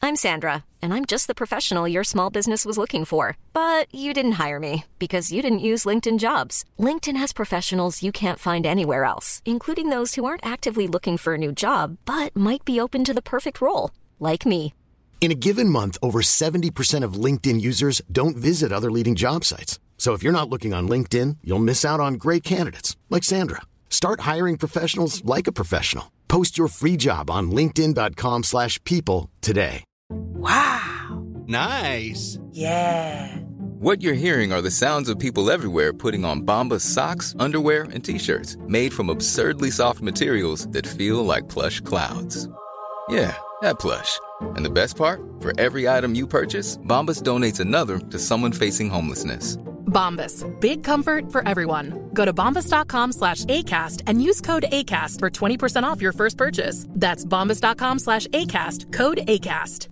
I'm Sandra, and I'm just the professional your small business was looking for. But you didn't hire me because you didn't use LinkedIn Jobs. LinkedIn has professionals you can't find anywhere else, including those who aren't actively looking for a new job, but might be open to the perfect role, like me. In a given month, over 70% of LinkedIn users don't visit other leading job sites. So if you're not looking on LinkedIn, you'll miss out on great candidates like Sandra. Start hiring professionals like a professional. Post your free job on linkedin.com/people today. Wow. Nice. Yeah. What you're hearing are the sounds of people everywhere putting on Bombas socks, underwear, and T-shirts made from absurdly soft materials that feel like plush clouds. Yeah, that plush. And the best part? For every item you purchase, Bombas donates another to someone facing homelessness. Bombas. Big comfort for everyone. Go to bombas.com/ACAST and use code ACAST for 20% off your first purchase. That's bombas.com/ACAST. Code ACAST.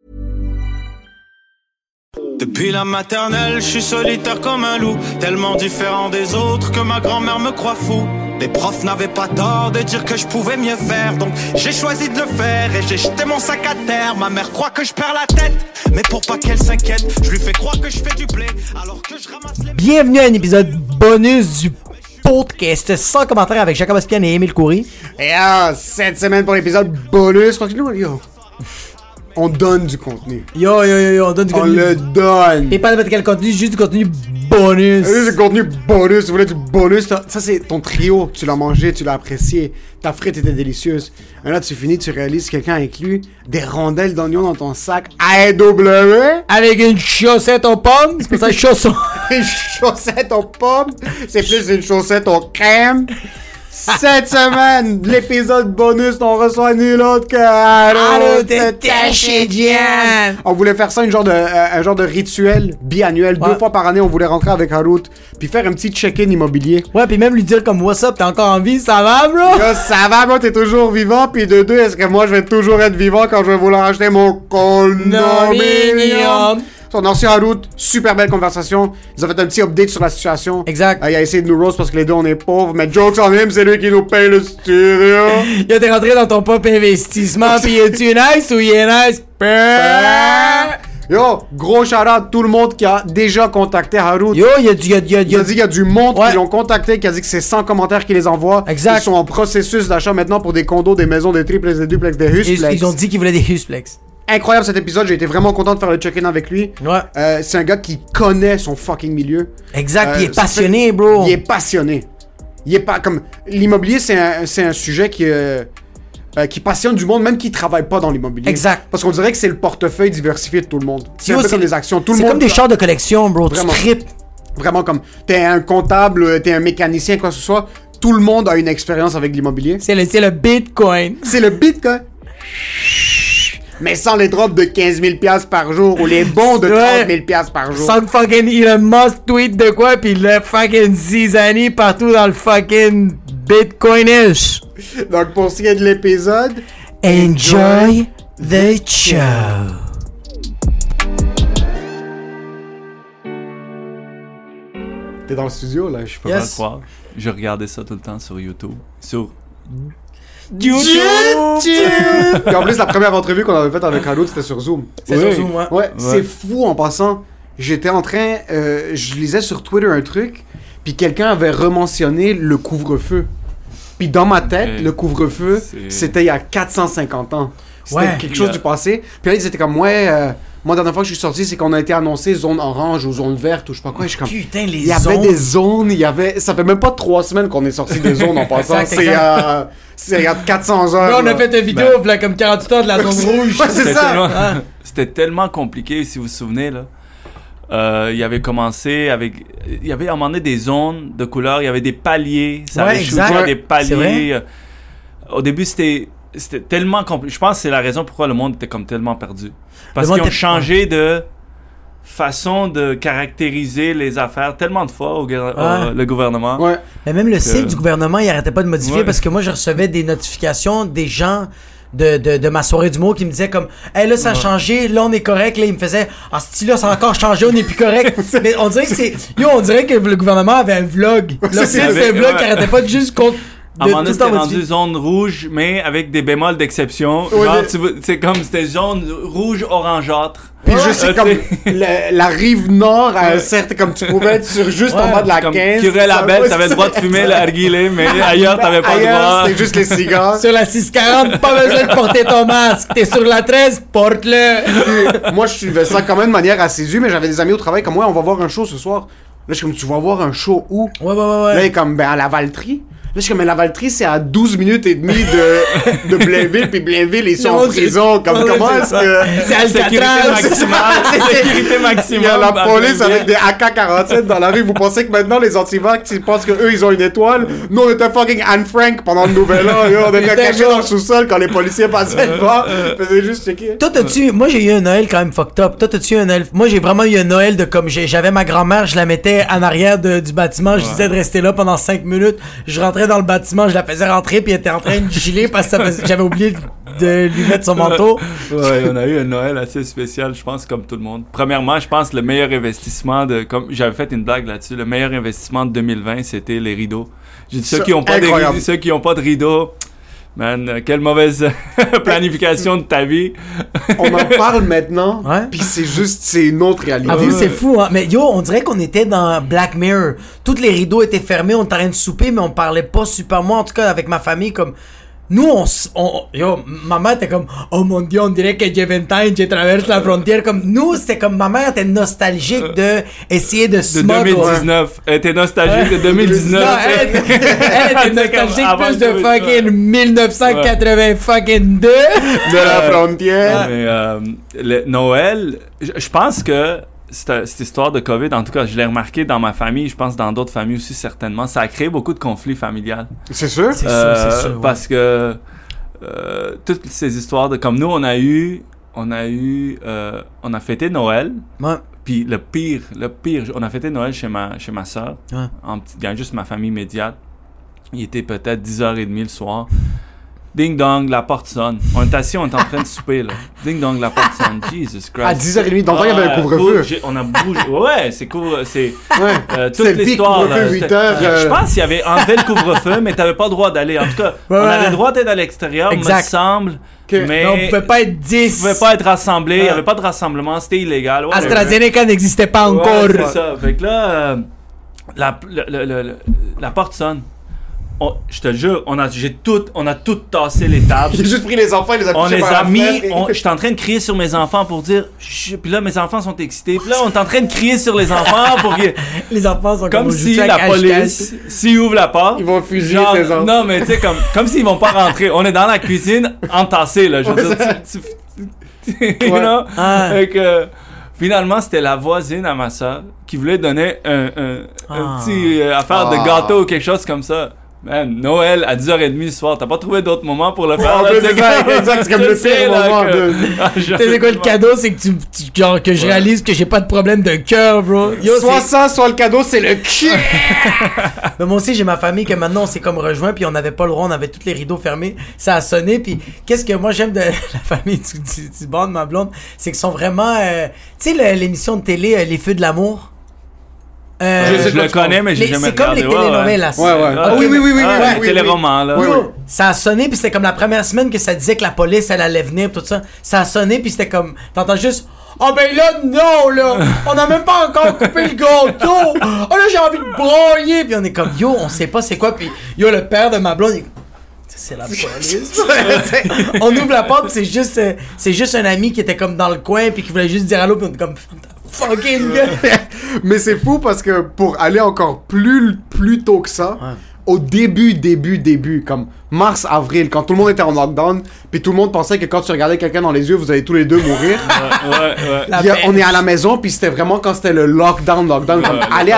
Depuis la maternelle, je suis solitaire comme un loup, tellement différent des autres que ma grand-mère me croit fou. Les profs n'avaient pas tort de dire que je pouvais mieux faire, donc j'ai choisi de le faire et j'ai jeté mon sac à terre. Ma mère croit que je perds la tête, mais pour pas qu'elle s'inquiète, je lui fais croire que je fais du blé alors que je ramasse les... Bienvenue à un épisode bonus du podcast sans commentaire avec Jacob Ospian et Émile Coury. Et cette semaine pour l'épisode bonus, parce que nous, on donne du contenu. Yo, on donne du contenu. On le donne. Et pas n'importe quel contenu, juste du contenu bonus. C'est du contenu bonus. Tu voulais du bonus. Ça, c'est ton trio. Tu l'as mangé, tu l'as apprécié. Ta frite était délicieuse. Et là, tu finis, tu réalises que quelqu'un a inclus des rondelles d'oignon dans ton sac AW. Avec une chaussette aux pommes. C'est pas ça, chausson. Une chaussette aux pommes. C'est plus une chaussette aux crèmes. Cette semaine, l'épisode bonus, on reçoit nul autre que Allô, t'es Jan. On voulait faire ça un genre de rituel biannuel, 2 fois par année. On voulait rentrer avec Harout puis faire un petit check-in immobilier. Ouais, puis même lui dire comme what's up, t'es encore en vie, ça va, bro? Là, ça va, bro, t'es toujours vivant. Puis de 2, est-ce que moi je vais toujours être vivant quand je vais vouloir acheter mon condominium? On a reçu Harout, super belle conversation. Ils ont fait un petit update sur la situation. Exact. Il a essayé de nous roast parce que les deux on est pauvres. Mais jokes on him, c'est lui qui nous paye le studio. Il a rentré dans ton pop investissement. Pis es-tu nice ou il est nice? Yo, gros shout-out à tout le monde qui a déjà contacté Harout. Yo, il a dit qu'il y a du monde qui l'ont contacté, qui a dit que c'est 100 commentaires qui les envoient. Exact. Ils sont en processus d'achat maintenant pour des condos, des maisons, des triplex, des duplex, des husplex. Ils ont dit qu'ils voulaient des husplex. Incroyable cet épisode, j'ai été vraiment content de faire le check-in avec lui. Ouais. C'est un gars qui connaît son fucking milieu. Exact, il est passionné, bro. Il est passionné. Il est pas comme l'immobilier, c'est un sujet qui passionne du monde, même qui travaille pas dans l'immobilier. Exact. Parce qu'on dirait que c'est le portefeuille diversifié de tout le monde. C'est un peu comme les actions. Tout le c'est monde. comme des chars de collection, bro. Vraiment. Tu tripes. Vraiment comme t'es un comptable, t'es un mécanicien, quoi que ce soit. Tout le monde a une expérience avec l'immobilier. C'est le Bitcoin. C'est le Bitcoin. Mais sans les drops de 15 000 $ par jour ou les bons de 30 000 $ par jour. Sans que fucking Elon Musk tweet de quoi pis le fucking zizanie partout dans le fucking Bitcoinish. Donc pour ce qui est de l'épisode, enjoy the show. T'es dans le studio là, je peux pas le croire. Je regardais ça tout le temps sur YouTube. YouTube. Et en plus, la première entrevue qu'on avait faite avec Harout, c'était sur Zoom. C'est sur Zoom, ouais. C'est fou en passant. J'étais en train, je lisais sur Twitter un truc, puis quelqu'un avait rementionné le couvre-feu. Puis dans ma tête, le couvre-feu, c'était il y a 450 ans. C'était quelque chose du passé. Puis là, ils étaient comme, moi, la dernière fois que je suis sorti, c'est qu'on a été annoncé zone orange ou zone verte ou je sais pas quoi. Je suis comme, putain, les zones. Il y avait des zones, ça fait même pas 3 semaines qu'on est sorti des zones en passant. C'est il y a 400 heures. Là, on a fait une vidéo, là, comme 48 heures de la zone rouge. Ouais, c'est ça. C'était tellement compliqué, si vous vous souvenez, là. Il y avait commencé avec... Il y avait à un moment donné des zones de couleurs, il y avait des paliers. Ça avait shooté des paliers. Au début, c'était tellement compliqué. Je pense que c'est la raison pourquoi le monde était comme tellement perdu. Parce qu'ils ont changé de façon de caractériser les affaires tellement de fois le gouvernement. Ouais. Mais même le site du gouvernement, il arrêtait pas de modifier parce que moi, je recevais des notifications des gens de ma soirée d'humour qui me disaient comme hey, là ça a changé, là on est correct, là il me faisait ah ce là ça a encore changé, on est plus correct. Mais on dirait que on dirait que le gouvernement avait un vlog. Le site c'était un vlog qui arrêtait pas de juste À un moment donné, c'était rendu zone rouge, mais avec des bémols d'exception. Ouais, genre, c'est comme c'était zone rouge orangeâtre. Puis je sais comme la rive nord, certes, comme tu pouvais être sur juste en bas de la 15. Curé la Belle, t'avais le droit de fumer l'arguilé, mais ailleurs, t'avais pas le droit. C'était juste les cigares. Sur la 640, pas besoin de porter ton masque. T'es sur la 13, porte-le. Moi, je suivais ça quand même de manière assidue, mais j'avais des amis au travail comme moi, on va voir un show ce soir. Là, je suis comme, tu vas voir un show où? Ouais. Là, il est comme, à la Valtrie. Là, je suis comme, mais la Valtrie, c'est à 12 minutes et demie de Blainville, puis Blainville, ils sont en prison. Comme, comment est-ce que... C'est Alcatraz! Sécurité maximum. Il y a la police avec des AK-47 dans la rue. Vous pensez que maintenant, les antivax, ils pensent qu'eux, ils ont une étoile? Nous, on était fucking Anne Frank pendant le Nouvel An. On était cachés dans le sous-sol quand les policiers passaient devant. Faisaient juste checker. Toi, moi, j'ai eu un Noël quand même fucked up. Toi, t'as-tu eu un Noël? Moi, j'ai vraiment eu un Noël de comme, j'avais ma grand-mère, je la mettais en arrière du bâtiment, je disais de rester là pendant 5 minutes. Je rentrais dans le bâtiment, je la faisais rentrer, puis elle était en train de giler parce que j'avais oublié de lui mettre son manteau. Ouais, on a eu un Noël assez spécial, je pense, comme tout le monde. Premièrement, je pense le meilleur investissement comme j'avais fait une blague là-dessus, le meilleur investissement de 2020, c'était les rideaux. J'ai dit, ceux qui ont pas de rideaux, man, quelle mauvaise planification de ta vie. On en parle maintenant, puis c'est une autre réalité. Ah oui, c'est fou, hein. Mais yo, on dirait qu'on était dans Black Mirror. Tous les rideaux étaient fermés, on était en train de souper, mais on parlait pas super. Moi, en tout cas, avec ma famille, comme... Nous, ma mère était comme, oh mon Dieu, on dirait que j'ai 20 ans et je traverse la frontière. Comme, nous, c'était comme, ma mère était nostalgique de essayer de smuggle. De 2019. Elle était nostalgique de 2019. Non, elle était nostalgique plus de fucking 1980 fucking 2. De la frontière. Mais Noël, je pense que cette histoire de COVID, en tout cas, je l'ai remarqué dans ma famille, je pense dans d'autres familles aussi certainement, ça a créé beaucoup de conflits familiales. C'est sûr? C'est sûr. Parce que toutes ces histoires de... Comme nous, on a fêté Noël. Ouais. Puis le pire, on a fêté Noël chez ma soeur. Ouais. Il y a juste ma famille immédiate. Il était peut-être 10h30 le soir. Ding dong, la porte sonne. On est assis, on est en train de souper, là. Ding dong, la porte sonne. Jesus Christ. À 10h30, dans le temps, il y avait un couvre-feu. On a bougé. Ouais, c'est cool. C'est toute c'est l'histoire. Le couvre-feu, 8h. Je pense qu'il y avait enlevé le couvre-feu, mais t'avais pas le droit d'aller. En tout cas, on avait le droit d'être à l'extérieur, me semble. Mais on pouvait pas être 10. On pouvait pas être rassemblés. Il y avait pas de rassemblement. C'était illégal. Ouais, AstraZeneca n'existait pas encore. C'est ça. Fait que là, la porte sonne. Je te jure, on a tout tassé les tables. J'ai juste pris les enfants et les a on les a mis. J'étais en train de crier sur mes enfants pour dire. Puis là, mes enfants sont excités. Puis là, on est en train de crier sur les enfants pour que. Les enfants sont comme si la police, s'ils ouvrent la porte, ils vont fusiller les enfants. Non, mais tu sais, comme s'ils vont pas rentrer. On est dans la cuisine, entassés, là. Je veux dire, you know? Fait que. Finalement, c'était la voisine à ma soeur qui voulait donner un petit affaire de gâteau ou quelque chose comme ça. Man, Noël à 10h30 le soir, t'as pas trouvé d'autres moments pour le faire? Exact, c'est comme le pire moment de... C'est quoi le cadeau? C'est que genre que je réalise que j'ai pas de problème de cœur, bro. Yo, soit ça, soit le cadeau, c'est le cul. Mais moi aussi, j'ai ma famille que maintenant on s'est comme rejoint, puis on avait pas le droit, on avait tous les rideaux fermés. Ça a sonné, puis qu'est-ce que moi j'aime de la famille du bord de ma blonde, c'est qu'ils sont vraiment... tu sais, l'émission de télé, Les Feux de l'amour? Je le connais, mais j'ai jamais regardé. C'est comme les télénovelas. Oui. Téléromans, là. Ça a sonné, puis c'était comme la première semaine que ça disait que la police, elle allait venir, tout ça. Ça a sonné, puis c'était comme... T'entends juste... Oh ben là, non, là! On a même pas encore coupé le gâteau! Oh là, j'ai envie de broyer! Puis on est comme, yo, on sait pas c'est quoi. Puis yo, le père de ma blonde, il... C'est la police. On ouvre la porte, puis c'est juste un ami qui était comme dans le coin, puis qui voulait juste dire allô, puis on est comme... Fucking Mais c'est fou parce que pour aller encore plus tôt que ça, au début, comme mars, avril, quand tout le monde était en lockdown, puis tout le monde pensait que quand tu regardais quelqu'un dans les yeux, vous allez tous les deux mourir. On est à la maison, puis c'était vraiment quand c'était le lockdown, comme aller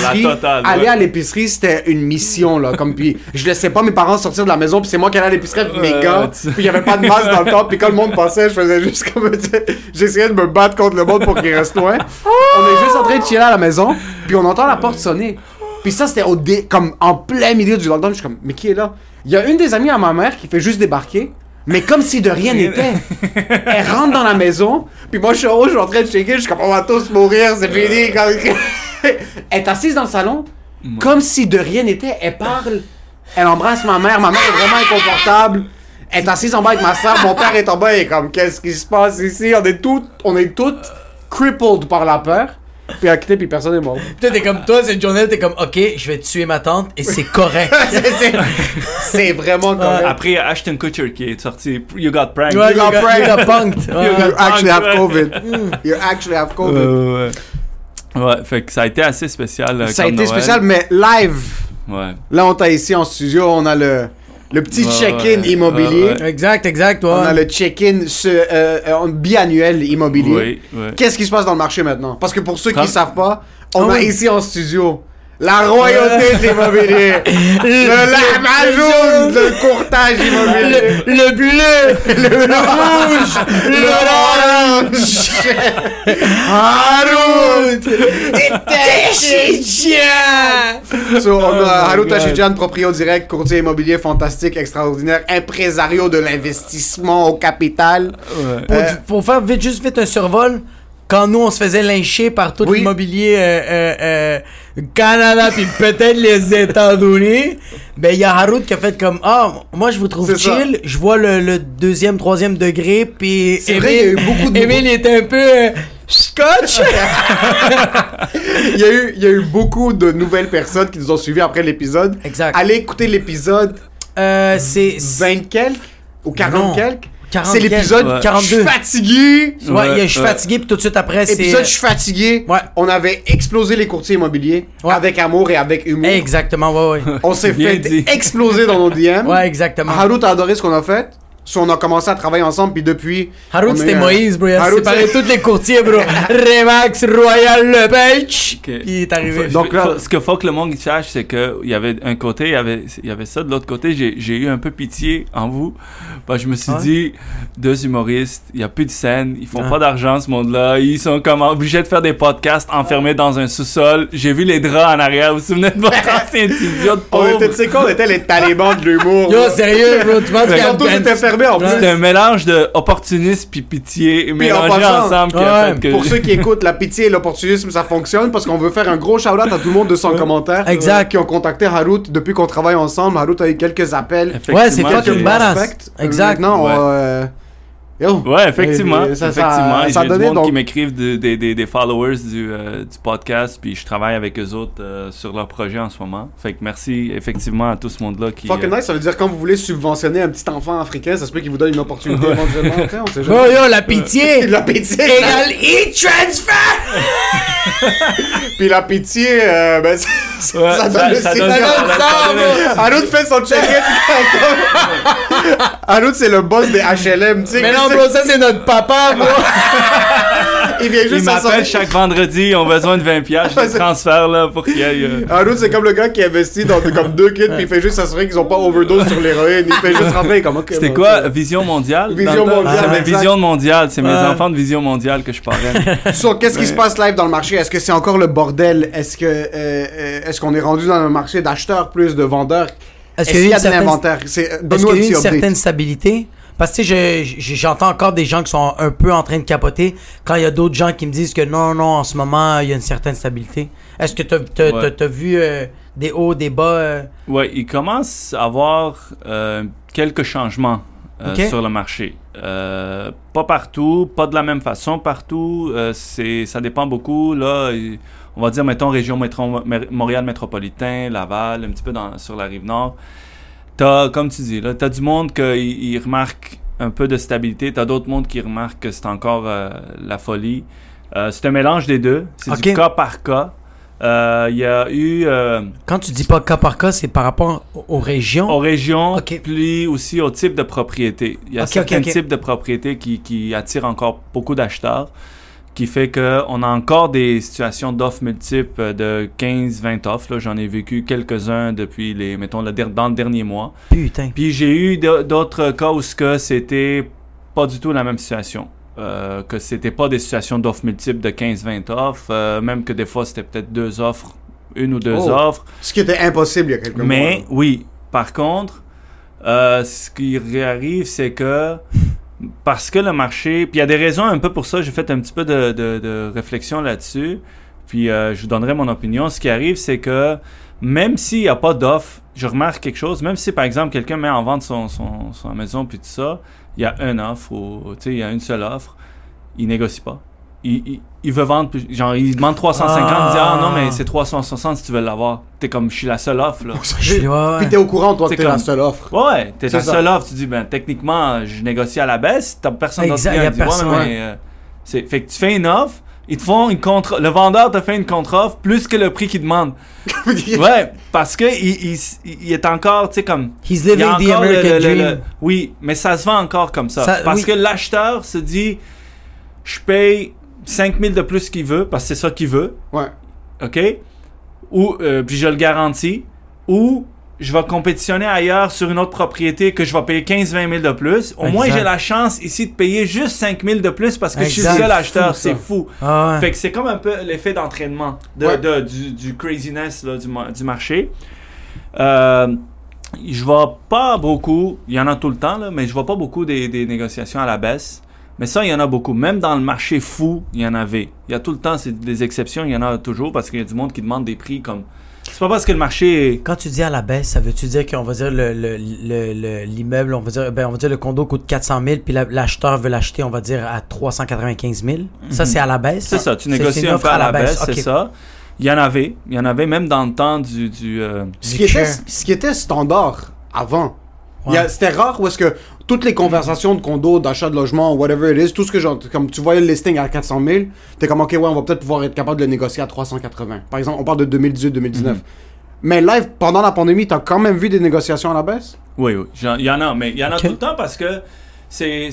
à l'épicerie, c'était une mission, là, comme puis je laissais pas mes parents sortir de la maison, puis c'est moi qui allais à l'épicerie avec mes gars, puis il y avait pas de masque dans le temps, puis quand le monde passait, je faisais juste comme j'essayais de me battre contre le monde pour qu'il reste loin. On est juste en train de chiller à la maison, puis on entend la porte sonner. Puis ça, c'était comme en plein milieu du lockdown. Je suis comme, mais qui est là? Il y a une des amies à ma mère qui fait juste débarquer, mais comme si de rien n'était. Elle rentre dans la maison, puis moi, je suis en haut, je suis en train de checker, je suis comme, on va tous mourir, c'est fini. Elle est assise dans le salon, comme si de rien n'était. Elle parle Elle embrasse ma mère est vraiment inconfortable. Elle est assise en bas avec ma soeur, mon père est en bas, il est comme, qu'est-ce qui se passe ici? On est toutes crippled par la peur. Puis elle a quitté, puis personne n'est mort. Putain, t'es comme toi, cette journée, t'es comme, ok, je vais tuer ma tante, et c'est correct. c'est vraiment correct. Après, Ashton Kutcher qui est sorti, You Got Pranked. Ouais, you got punked. You actually have COVID. You actually have COVID. Ouais, fait que ça a été assez spécial. Ça a été spécial, mais live. Ouais. Là, on t'a ici en studio, on a le petit check-in immobilier. Exact, ouais. On a le check-in biannuel immobilier. Oui. Qu'est-ce qui se passe dans le marché maintenant? Parce que pour ceux qui ne savent pas, on a ici en studio la royauté de l'immobilier. Le majour de courtage immobilier. Le bleu. Le rouge. L'orange. Harout Tachidjian. So, on a Harout Tachidjian, proprio direct, courtier immobilier fantastique, extraordinaire, impresario de l'investissement au capital. Pour faire juste vite un survol, quand nous on se faisait lyncher par tout l'immobilier Canada puis peut-être les États-Unis, ben il y a Harout qui a fait comme moi je vous trouve chill, je vois le deuxième, troisième degré, puis c'est vrai, il y a eu beaucoup de Émile était un peu scotch. il y a eu beaucoup de nouvelles personnes qui nous ont suivis après l'épisode. Exact. Allez écouter l'épisode. C'est 20 quelques ou 40 quelques. 40 c'est l'épisode 42. Je suis fatigué. Je suis fatigué, puis tout de suite après, c'est... Épisode, je suis fatigué. Ouais. On avait explosé les courtiers immobiliers avec amour et avec humour. Exactement, ouais. On s'est fait exploser dans nos DM. Ouais, exactement. Harout a adoré ce qu'on a fait. So, on a commencé à travailler ensemble, puis depuis... Harout, c'était Moïse, bro. Il a séparé tous les courtiers, bro. Remax, Royal, Lepage. Puis il est arrivé. Donc, ce qu'il faut que le monde sache, c'est qu'il y avait un côté, il y avait ça. De l'autre côté, j'ai eu un peu pitié en vous. Bah, je me suis dit, deux humoristes, il n'y a plus de scène, ils font pas d'argent, ce monde-là. Ils sont comme obligés de faire des podcasts enfermés dans un sous-sol. J'ai vu les draps en arrière. Vous vous souvenez de votre ancien idiot de pauvre? Tu sais quoi, on était les talibans de l'humour. Yo, sérieux, bro. Tu penses qu'il c'est un mélange d'opportunisme puis pitié mélangés ensemble. Pour ceux qui écoutent, la pitié et l'opportunisme, ça fonctionne parce qu'on veut faire un gros shout-out à tout le monde de 100 commentaires qui ont contacté Harout depuis qu'on travaille ensemble. Harout a eu quelques appels. Ouais, c'est fucking badass. Exact. Maintenant, ouais, effectivement. Ça j'ai donné, du monde donc... qui m'écrivent des followers du podcast, puis je travaille avec eux autres sur leur projet en ce moment. Fait que merci effectivement à tout ce monde-là qui... Fucking nice, ça veut dire quand vous voulez subventionner un petit enfant africain, ça se peut qu'il vous donne une opportunité éventuellement. Après, on sait jamais. Yo, la pitié! La pitié égale e-transfer! Puis la pitié, ça donne ça. Harout fait son check-in. Harout, c'est le boss des HLM, tu sais. Mais non, bro, ça c'est notre papa, bro. Il m'appelle chaque vendredi, ils ont besoin de 20$, je transfère là pour qu'il y ait... Harout, c'est comme le gars qui investit dans comme 2 kits, puis il fait juste s'assurer qu'ils ont pas overdose sur l'héroïne. Il fait juste rentrer comme... C'était quoi? Vision mondiale? Vision mondiale. C'est mes Vision mondiale, c'est mes enfants de Vision mondiale que je parraine. Qu'est-ce qui se passe live dans le marché? Est-ce que c'est encore le bordel? Est-ce qu'on est rendu dans un marché d'acheteurs plus de vendeurs? Est-ce qu'il y a de l'inventaire? Est-ce qu'il y a une certaine stabilité? Parce que j'entends encore des gens qui sont un peu en train de capoter quand il y a d'autres gens qui me disent que non, en ce moment, il y a une certaine stabilité. Est-ce que t'as vu des hauts, des bas? Ouais, il commence à avoir quelques changements sur le marché. Pas partout, pas de la même façon partout. Ça dépend beaucoup. Là, on va dire, mettons, région Montréal métropolitain, Laval, un petit peu sur la Rive-Nord. Comme tu dis, là, t'as du monde qui remarque un peu de stabilité. T'as d'autres mondes qui remarquent que c'est encore la folie. C'est un mélange des deux. C'est du cas par cas. Il y a eu... Quand tu dis pas cas par cas, c'est par rapport aux régions? Aux régions, puis aussi au type de propriété. Il y a certains types de propriétés qui attirent encore beaucoup d'acheteurs, qui fait qu'on a encore des situations d'offres multiples de 15-20 offres. Là. J'en ai vécu quelques-uns depuis dans le dernier mois. Putain. Puis j'ai eu d'autres cas où c'était pas du tout la même situation. Que c'était pas des situations d'offres multiples de 15-20 offres, même que des fois c'était peut-être 2 offres, 1 ou 2 offres. Ce qui était impossible il y a quelques mois. Mais oui, par contre, ce qui arrive, c'est que parce que le marché... Puis il y a des raisons un peu pour ça, j'ai fait un petit peu de réflexion là-dessus, puis je vous donnerai mon opinion. Ce qui arrive, c'est que même s'il n'y a pas d'offre, je remarque quelque chose, même si par exemple quelqu'un met en vente son maison puis tout ça, il y a une offre, il y a une seule offre, il négocie pas. Il veut vendre, genre il demande 350, il dit non mais c'est 360 si tu veux l'avoir. T'es comme je suis la seule offre là. Puis t'es au courant toi que t'es la seule offre. Ouais, t'es la seule offre, tu dis techniquement je négocie à la baisse, t'as personne d'autre qui dit fait que tu fais une offre, ils te font une le vendeur te fait une contre-offre plus que le prix qu'il demande. Ouais, parce que il est encore, tu sais, comme... He's living the American dream. Oui, mais ça se vend encore comme ça. Parce que l'acheteur se dit, je paye 5 000 de plus qu'il veut, parce que c'est ça qu'il veut. Ouais. OK? Ou, puis je le garantis. Ou... je vais compétitionner ailleurs sur une autre propriété que je vais payer 15-20 000 de plus. Au moins, j'ai la chance ici de payer juste 5 000 de plus parce que je suis le seul acheteur. C'est fou. Fait que c'est comme un peu l'effet d'entraînement du craziness là, du marché. Je vois pas beaucoup, il y en a tout le temps, là, mais je vois pas beaucoup des négociations à la baisse. Mais ça, il y en a beaucoup. Même dans le marché fou, il y en avait. Il y a tout le temps des exceptions, il y en a toujours parce qu'il y a du monde qui demande des prix comme... C'est pas parce que le marché est... Quand tu dis à la baisse, ça veut-tu dire qu'on va dire l'immeuble, on va dire le condo coûte 400 000 puis l'acheteur veut l'acheter, on va dire à 395 000? Ça, c'est à la baisse? C'est ça, tu négocies un peu à la baisse, c'est ça. Il y en avait même dans le temps du Ce qui était standard avant. C'était rare où est-ce que toutes les conversations de condo, d'achat de logement, whatever it is, tout ce que comme tu voyais le listing à 400 000, t'es comme, OK, ouais, on va peut-être pouvoir être capable de le négocier à 380. Par exemple, on parle de 2018-2019. Mais live, pendant la pandémie, t'as quand même vu des négociations à la baisse? Oui. Il y en a, mais il y en a tout le temps parce que c'est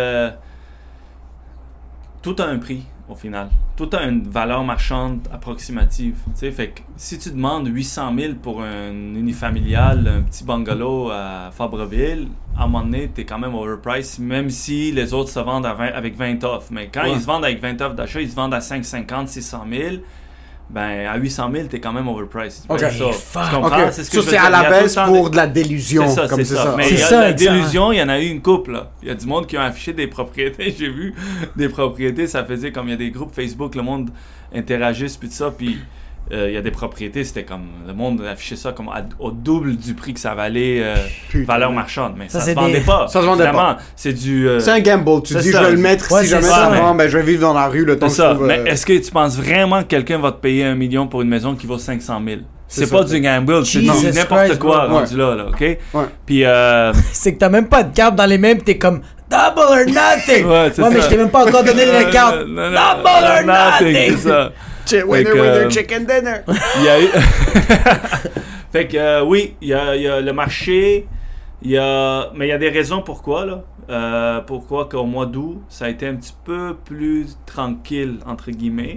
tout a un prix, au final. Tout a une valeur marchande approximative. Fait que si tu demandes 800 000 pour un unifamilial, un petit bungalow à Fabreville, à un moment donné, t'es quand même overpriced, même si les autres se vendent avec 20 offres. Mais quand ils se vendent avec 20 offres d'achat, ils se vendent à 550, 600 000. Ben, à 800 000, t'es quand même overpriced. OK. Tu comprends? C'est ce que c'est à la baisse pour de la délusion. C'est ça. Mais il y a la délusion, il y en a eu une couple, là. Il y a du monde qui ont affiché des propriétés. J'ai vu des propriétés, ça faisait comme il y a des groupes Facebook, le monde interagisse, puis tout ça, puis il y a des propriétés, c'était comme, le monde affichait ça comme au double du prix que ça valait valeur marchande. Mais ça se vendait pas. Ça se vendait pas. C'est du... c'est un gamble. Tu dis, je vais le mettre, si jamais ça vend, ben je vais vivre dans la rue le temps que je trouve... Mais est-ce que tu penses vraiment que quelqu'un va te payer 1 million pour une maison qui vaut 500 000? C'est pas du gamble, c'est du n'importe quoi rendu là, OK? Ouais. Puis... c'est que t'as même pas de carte dans les mains, pis t'es comme... Double or nothing! Mais je t'ai même pas encore donné la carte. Double or nothing! C'est ça. Winner, chicken dinner. Il y a eu... Fait que oui, il y a le marché, mais il y a des raisons pourquoi là. Pourquoi qu'au mois d'août, ça a été un petit peu plus tranquille entre guillemets.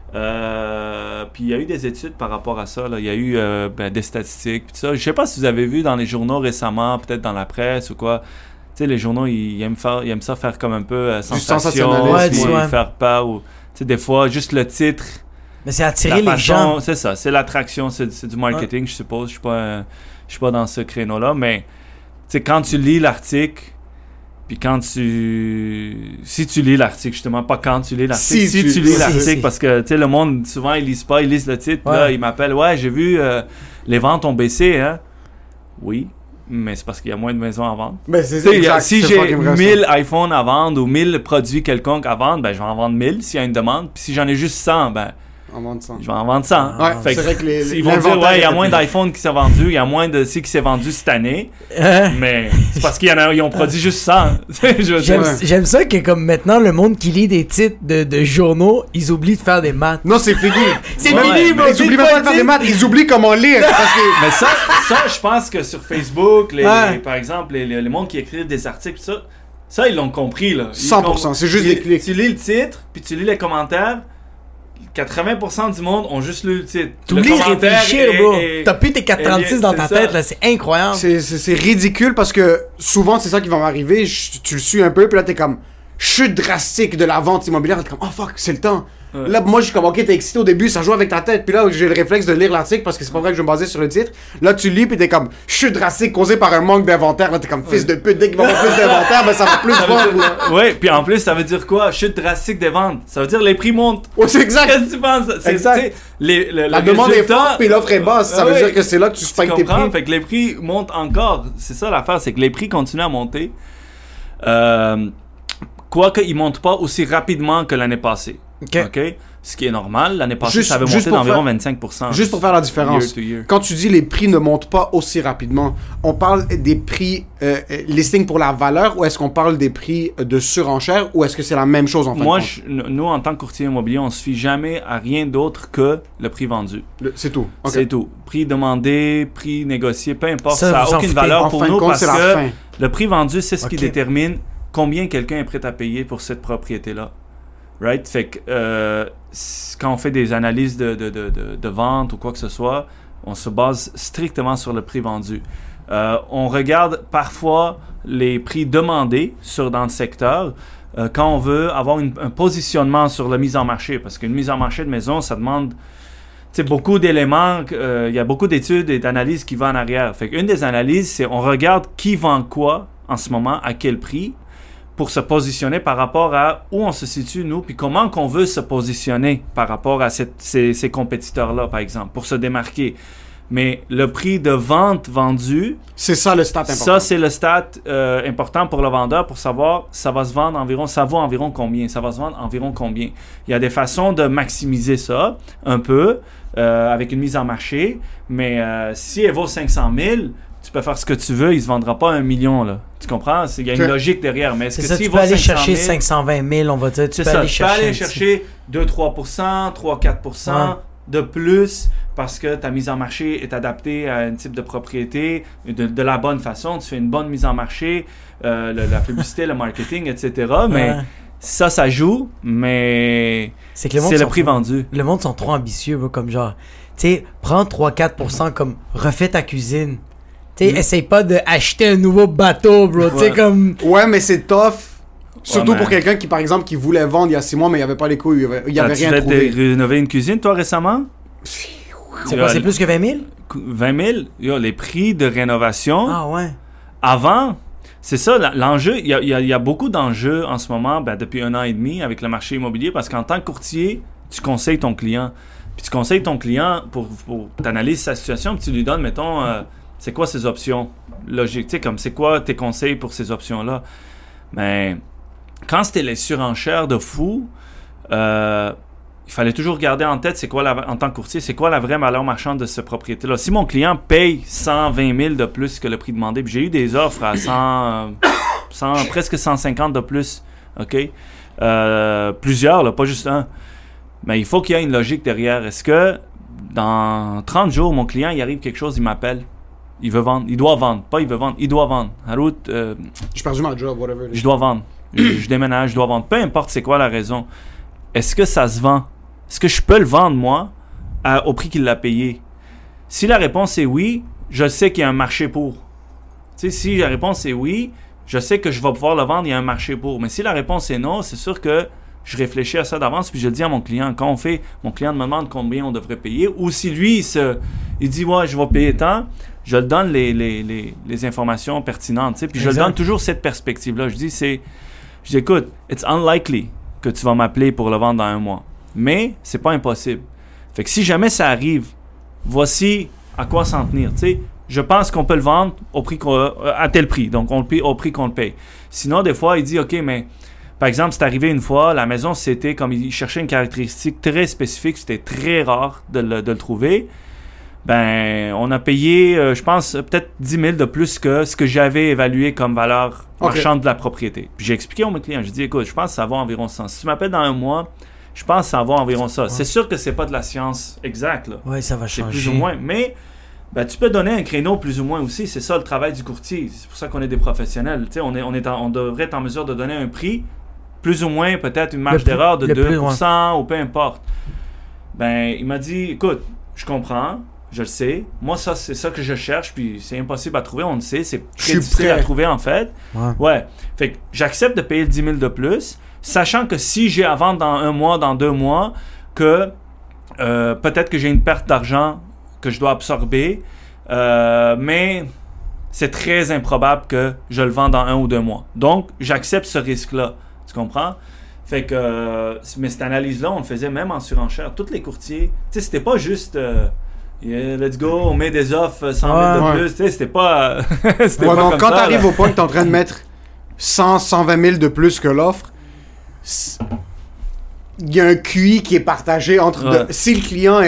Puis il y a eu des études par rapport à ça là. Il y a eu des statistiques puis tout ça. Je sais pas si vous avez vu dans les journaux récemment, peut-être dans la presse ou quoi. Tu sais, les journaux ils aiment ça faire comme un peu sensation, faire peur ou tu sais des fois juste le titre. Mais c'est attirer les gens. C'est ça, c'est l'attraction, c'est du marketing, je suppose. Je suis pas dans ce créneau-là, mais tu sais, quand tu lis l'article, puis si tu lis l'article, justement, pas quand tu lis l'article, si tu lis l'article, parce que tu sais, le monde, souvent, ils lisent pas, ils lisent le titre, là, ils m'appellent, j'ai vu, les ventes ont baissé, hein. Oui. Mais c'est parce qu'il y a moins de maisons à vendre. Ben c'est exact, si j'ai 1000 iPhones à vendre ou 1000 produits quelconques à vendre, ben je vais en vendre 1000 s'il y a une demande. Puis si j'en ai juste 100, ben je vais en vendre 100. Ouais, c'est vrai que ils vont dire, il y a moins d'iPhone qui s'est vendu, il y a moins de qui s'est vendu cette année. Mais c'est parce qu'ils ont produit juste 100. J'aime ça que comme maintenant, le monde qui lit des titres de journaux, ils oublient de faire des maths. Non, c'est fini. C'est fini, bro. Ils oublient pas de faire des maths, ils oublient comment lire. Mais ça, je pense que sur Facebook, par exemple, les mondes qui écrivent des articles, ça, ils l'ont compris, là. 100%, c'est juste des clics. Tu lis le titre, puis tu lis les commentaires. 80% du monde ont juste lu le titre. T'oublies de réfléchir, bro. T'as plus tes 436 dans ta tête, là. C'est incroyable. C'est ridicule parce que souvent, c'est ça qui va m'arriver. Tu le suis un peu, puis là, t'es comme... chute drastique de la vente immobilière, t'es comme, oh fuck, c'est le temps. Là, moi, je suis comme, ok, t'es excité au début, ça joue avec ta tête. Puis là, j'ai le réflexe de lire l'article parce que c'est pas vrai que je me basais sur le titre. Là, tu lis, puis t'es comme, chute drastique causée par un manque d'inventaire. Là, t'es comme, fils de pute, dès qu'il va avoir plus d'inventaire, ben ça va plus vendre. Ouais, puis en plus, ça veut dire quoi? Chute drastique des ventes. Ça veut dire les prix montent. Ouais, c'est exact. Qu'est-ce que tu penses? C'est exact. La demande est forte, puis l'offre est basse. Ça veut dire que c'est là que tu spikes tes prix. Fait que les prix montent encore. C'est ça l'affaire, c'est que les prix continuent à monter. Quoique, ils montent pas aussi rapidement que l'année passée. OK? Ce qui est normal. L'année passée, ça avait monté d'environ 25%. Juste pour faire la différence. Quand tu dis les prix ne montent pas aussi rapidement, on parle des prix listing pour la valeur ou est-ce qu'on parle des prix de surenchère ou est-ce que c'est la même chose en fait? Moi, nous, en tant que courtier immobilier, on se fie jamais à rien d'autre que le prix vendu. C'est tout. Okay. C'est tout. Prix demandé, prix négocié, peu importe. Ça n'a aucune valeur pour nous parce que le prix vendu, c'est ce qui détermine combien quelqu'un est prêt à payer pour cette propriété-là. Right? Fait que quand on fait des analyses de vente ou quoi que ce soit, on se base strictement sur le prix vendu. On regarde parfois les prix demandés dans le secteur quand on veut avoir un positionnement sur la mise en marché. Parce qu'une mise en marché de maison, ça demande beaucoup d'éléments. Il y a beaucoup d'études et d'analyses qui vont en arrière. Fait qu'une des analyses, c'est on regarde qui vend quoi en ce moment, à quel prix, pour se positionner par rapport à où on se situe, nous, puis comment qu'on veut se positionner par rapport à ces compétiteurs-là, par exemple, pour se démarquer. Mais le prix de vente vendu... C'est ça le stat important. Ça, c'est le stat important pour le vendeur pour savoir ça va se vendre environ, ça vaut environ combien, ça va se vendre environ combien. Il y a des façons de maximiser ça, un peu, avec une mise en marché, mais si elle vaut 500 000... Tu peux faire ce que tu veux, il ne se vendra pas 1 million. Là. Tu comprends? Il y a une logique derrière. Mais est-ce que tu peux aller chercher 520 000, on va dire. Tu peux aller chercher 2-3%, 3-4% de plus parce que ta mise en marché est adaptée à un type de propriété de la bonne façon. Tu fais une bonne mise en marché, la publicité, le marketing, etc. Mais ça joue, mais c'est le prix vendu. Le monde sont trop ambitieux, bro, comme genre, tu sais, prends 3-4% comme refais ta cuisine. Essaye pas d'acheter un nouveau bateau, bro. Ouais. Comme... ouais, mais c'est tough. Surtout pour quelqu'un qui, par exemple, qui voulait vendre il y a 6 mois, mais il n'y avait pas les couilles. Il n'y avait rien trouvé. Tu as rénové une cuisine, toi, récemment? C'est quoi, c'est plus que 20 000? 20 000? Yo, les prix de rénovation. Ah ouais. Avant, c'est ça, l'enjeu. Il y a beaucoup d'enjeux en ce moment, depuis 1 an et demi, avec le marché immobilier, parce qu'en tant que courtier, tu conseilles ton client. Puis tu conseilles ton client pour t'analyser sa situation, puis tu lui donnes, mettons... c'est quoi ces options logiques? Tu sais, comme c'est quoi tes conseils pour ces options-là? Mais quand c'était les surenchères de fou, il fallait toujours garder en tête, c'est quoi en tant que courtier, c'est quoi la vraie valeur marchande de cette propriété-là? Si mon client paye 120 000 de plus que le prix demandé, puis j'ai eu des offres à 100 presque 150 de plus, OK? Plusieurs, là, pas juste un. Mais il faut qu'il y ait une logique derrière. Est-ce que dans 30 jours, mon client, il arrive quelque chose, il m'appelle? Il veut vendre. Il doit vendre. Pas il veut vendre. Il doit vendre. Harout, j'ai perdu ma job, whatever. Je dois vendre. je déménage, je dois vendre. Peu importe c'est quoi la raison. Est-ce que ça se vend? Est-ce que je peux le vendre, moi, au prix qu'il l'a payé? Si la réponse est oui, je sais qu'il y a un marché pour. Tu sais, si la réponse est oui, je sais que je vais pouvoir le vendre, il y a un marché pour. Mais si la réponse est non, c'est sûr que je réfléchis à ça d'avance, puis je le dis à mon client. Quand mon client me demande combien on devrait payer, ou si lui, il dit « ouais, je vais payer tant », je le donne les informations pertinentes, tu sais, puis je le donne toujours cette perspective-là. Je dis, écoute, it's unlikely que tu vas m'appeler pour le vendre dans 1 mois, mais c'est pas impossible. Fait que si jamais ça arrive, voici à quoi s'en tenir, tu sais. Je pense qu'on peut le vendre au prix à tel prix, donc on le paye au prix qu'on le paye. Sinon, des fois, il dit, OK, mais par exemple, c'est arrivé une fois, la maison, c'était comme il cherchait une caractéristique très spécifique, c'était très rare de le trouver. Ben, on a payé, je pense, peut-être 10 000 de plus que ce que j'avais évalué comme valeur marchande de la propriété. Puis j'ai expliqué à mon client, je dis, écoute, je pense que ça va environ ça. Si tu m'appelles dans 1 mois, je pense que ça va environ ça. Ouais. C'est sûr que c'est pas de la science exacte, là. Oui, ça va changer. C'est plus ou moins, mais tu peux donner un créneau plus ou moins aussi. C'est ça le travail du courtier. C'est pour ça qu'on est des professionnels. Tu sais, on devrait être en mesure de donner un prix, plus ou moins, peut-être une marge d'erreur de 2% ou peu importe. Ben, il m'a dit, écoute, je comprends. Je le sais. Moi, ça, c'est ça que je cherche, puis c'est impossible à trouver, on le sait. C'est très difficile à trouver, en fait. Ouais. Fait que j'accepte de payer 10 000 de plus, sachant que si j'ai à vendre dans 1 mois, dans 2 mois, que peut-être que j'ai une perte d'argent que je dois absorber, mais c'est très improbable que je le vende dans 1 ou 2 mois. Donc, j'accepte ce risque-là. Tu comprends? Fait que, mais cette analyse-là, on le faisait même en surenchère. Tous les courtiers, tu sais, c'était pas juste... Yeah, let's go, on met des offres 100 000 de plus, tu sais, c'était pas... c'était pas donc comme quand ça, t'arrives au point que t'es en train de mettre 100, 120 000 de plus que l'offre, il y a un QI qui est partagé entre... si le client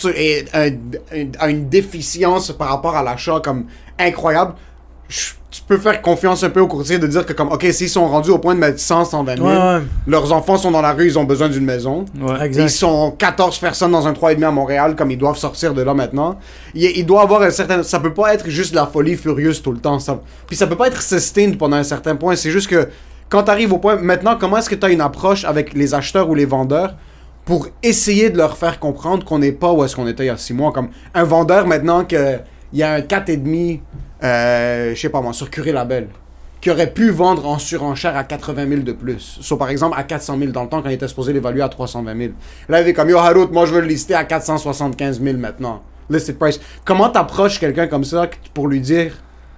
a une déficience par rapport à l'achat comme incroyable, tu peux faire confiance un peu au courtier de dire que comme, OK, s'ils sont rendus au point de mettre 100, 120 000, leurs enfants sont dans la rue, ils ont besoin d'une maison. Ils sont 14 personnes dans un 3,5 à Montréal, comme ils doivent sortir de là maintenant. Il doit avoir un certain... Ça peut pas être juste la folie furieuse tout le temps. Puis ça peut pas être sustained pendant un certain point. C'est juste que quand t'arrives au point... Maintenant, comment est-ce que t'as une approche avec les acheteurs ou les vendeurs pour essayer de leur faire comprendre qu'on n'est pas où est-ce qu'on était il y a 6 mois? Comme un vendeur, maintenant qu'il y a un 4,5... je sais pas moi, sur Curé-Label, qui aurait pu vendre en surenchère à 80 000 de plus. Soit par exemple à 400 000 dans le temps quand il était supposé l'évaluer à 320 000. Là, il est comme, yo, Harout, moi je veux le lister à 475 000 maintenant. Listed price. Comment t'approches quelqu'un comme ça pour lui dire,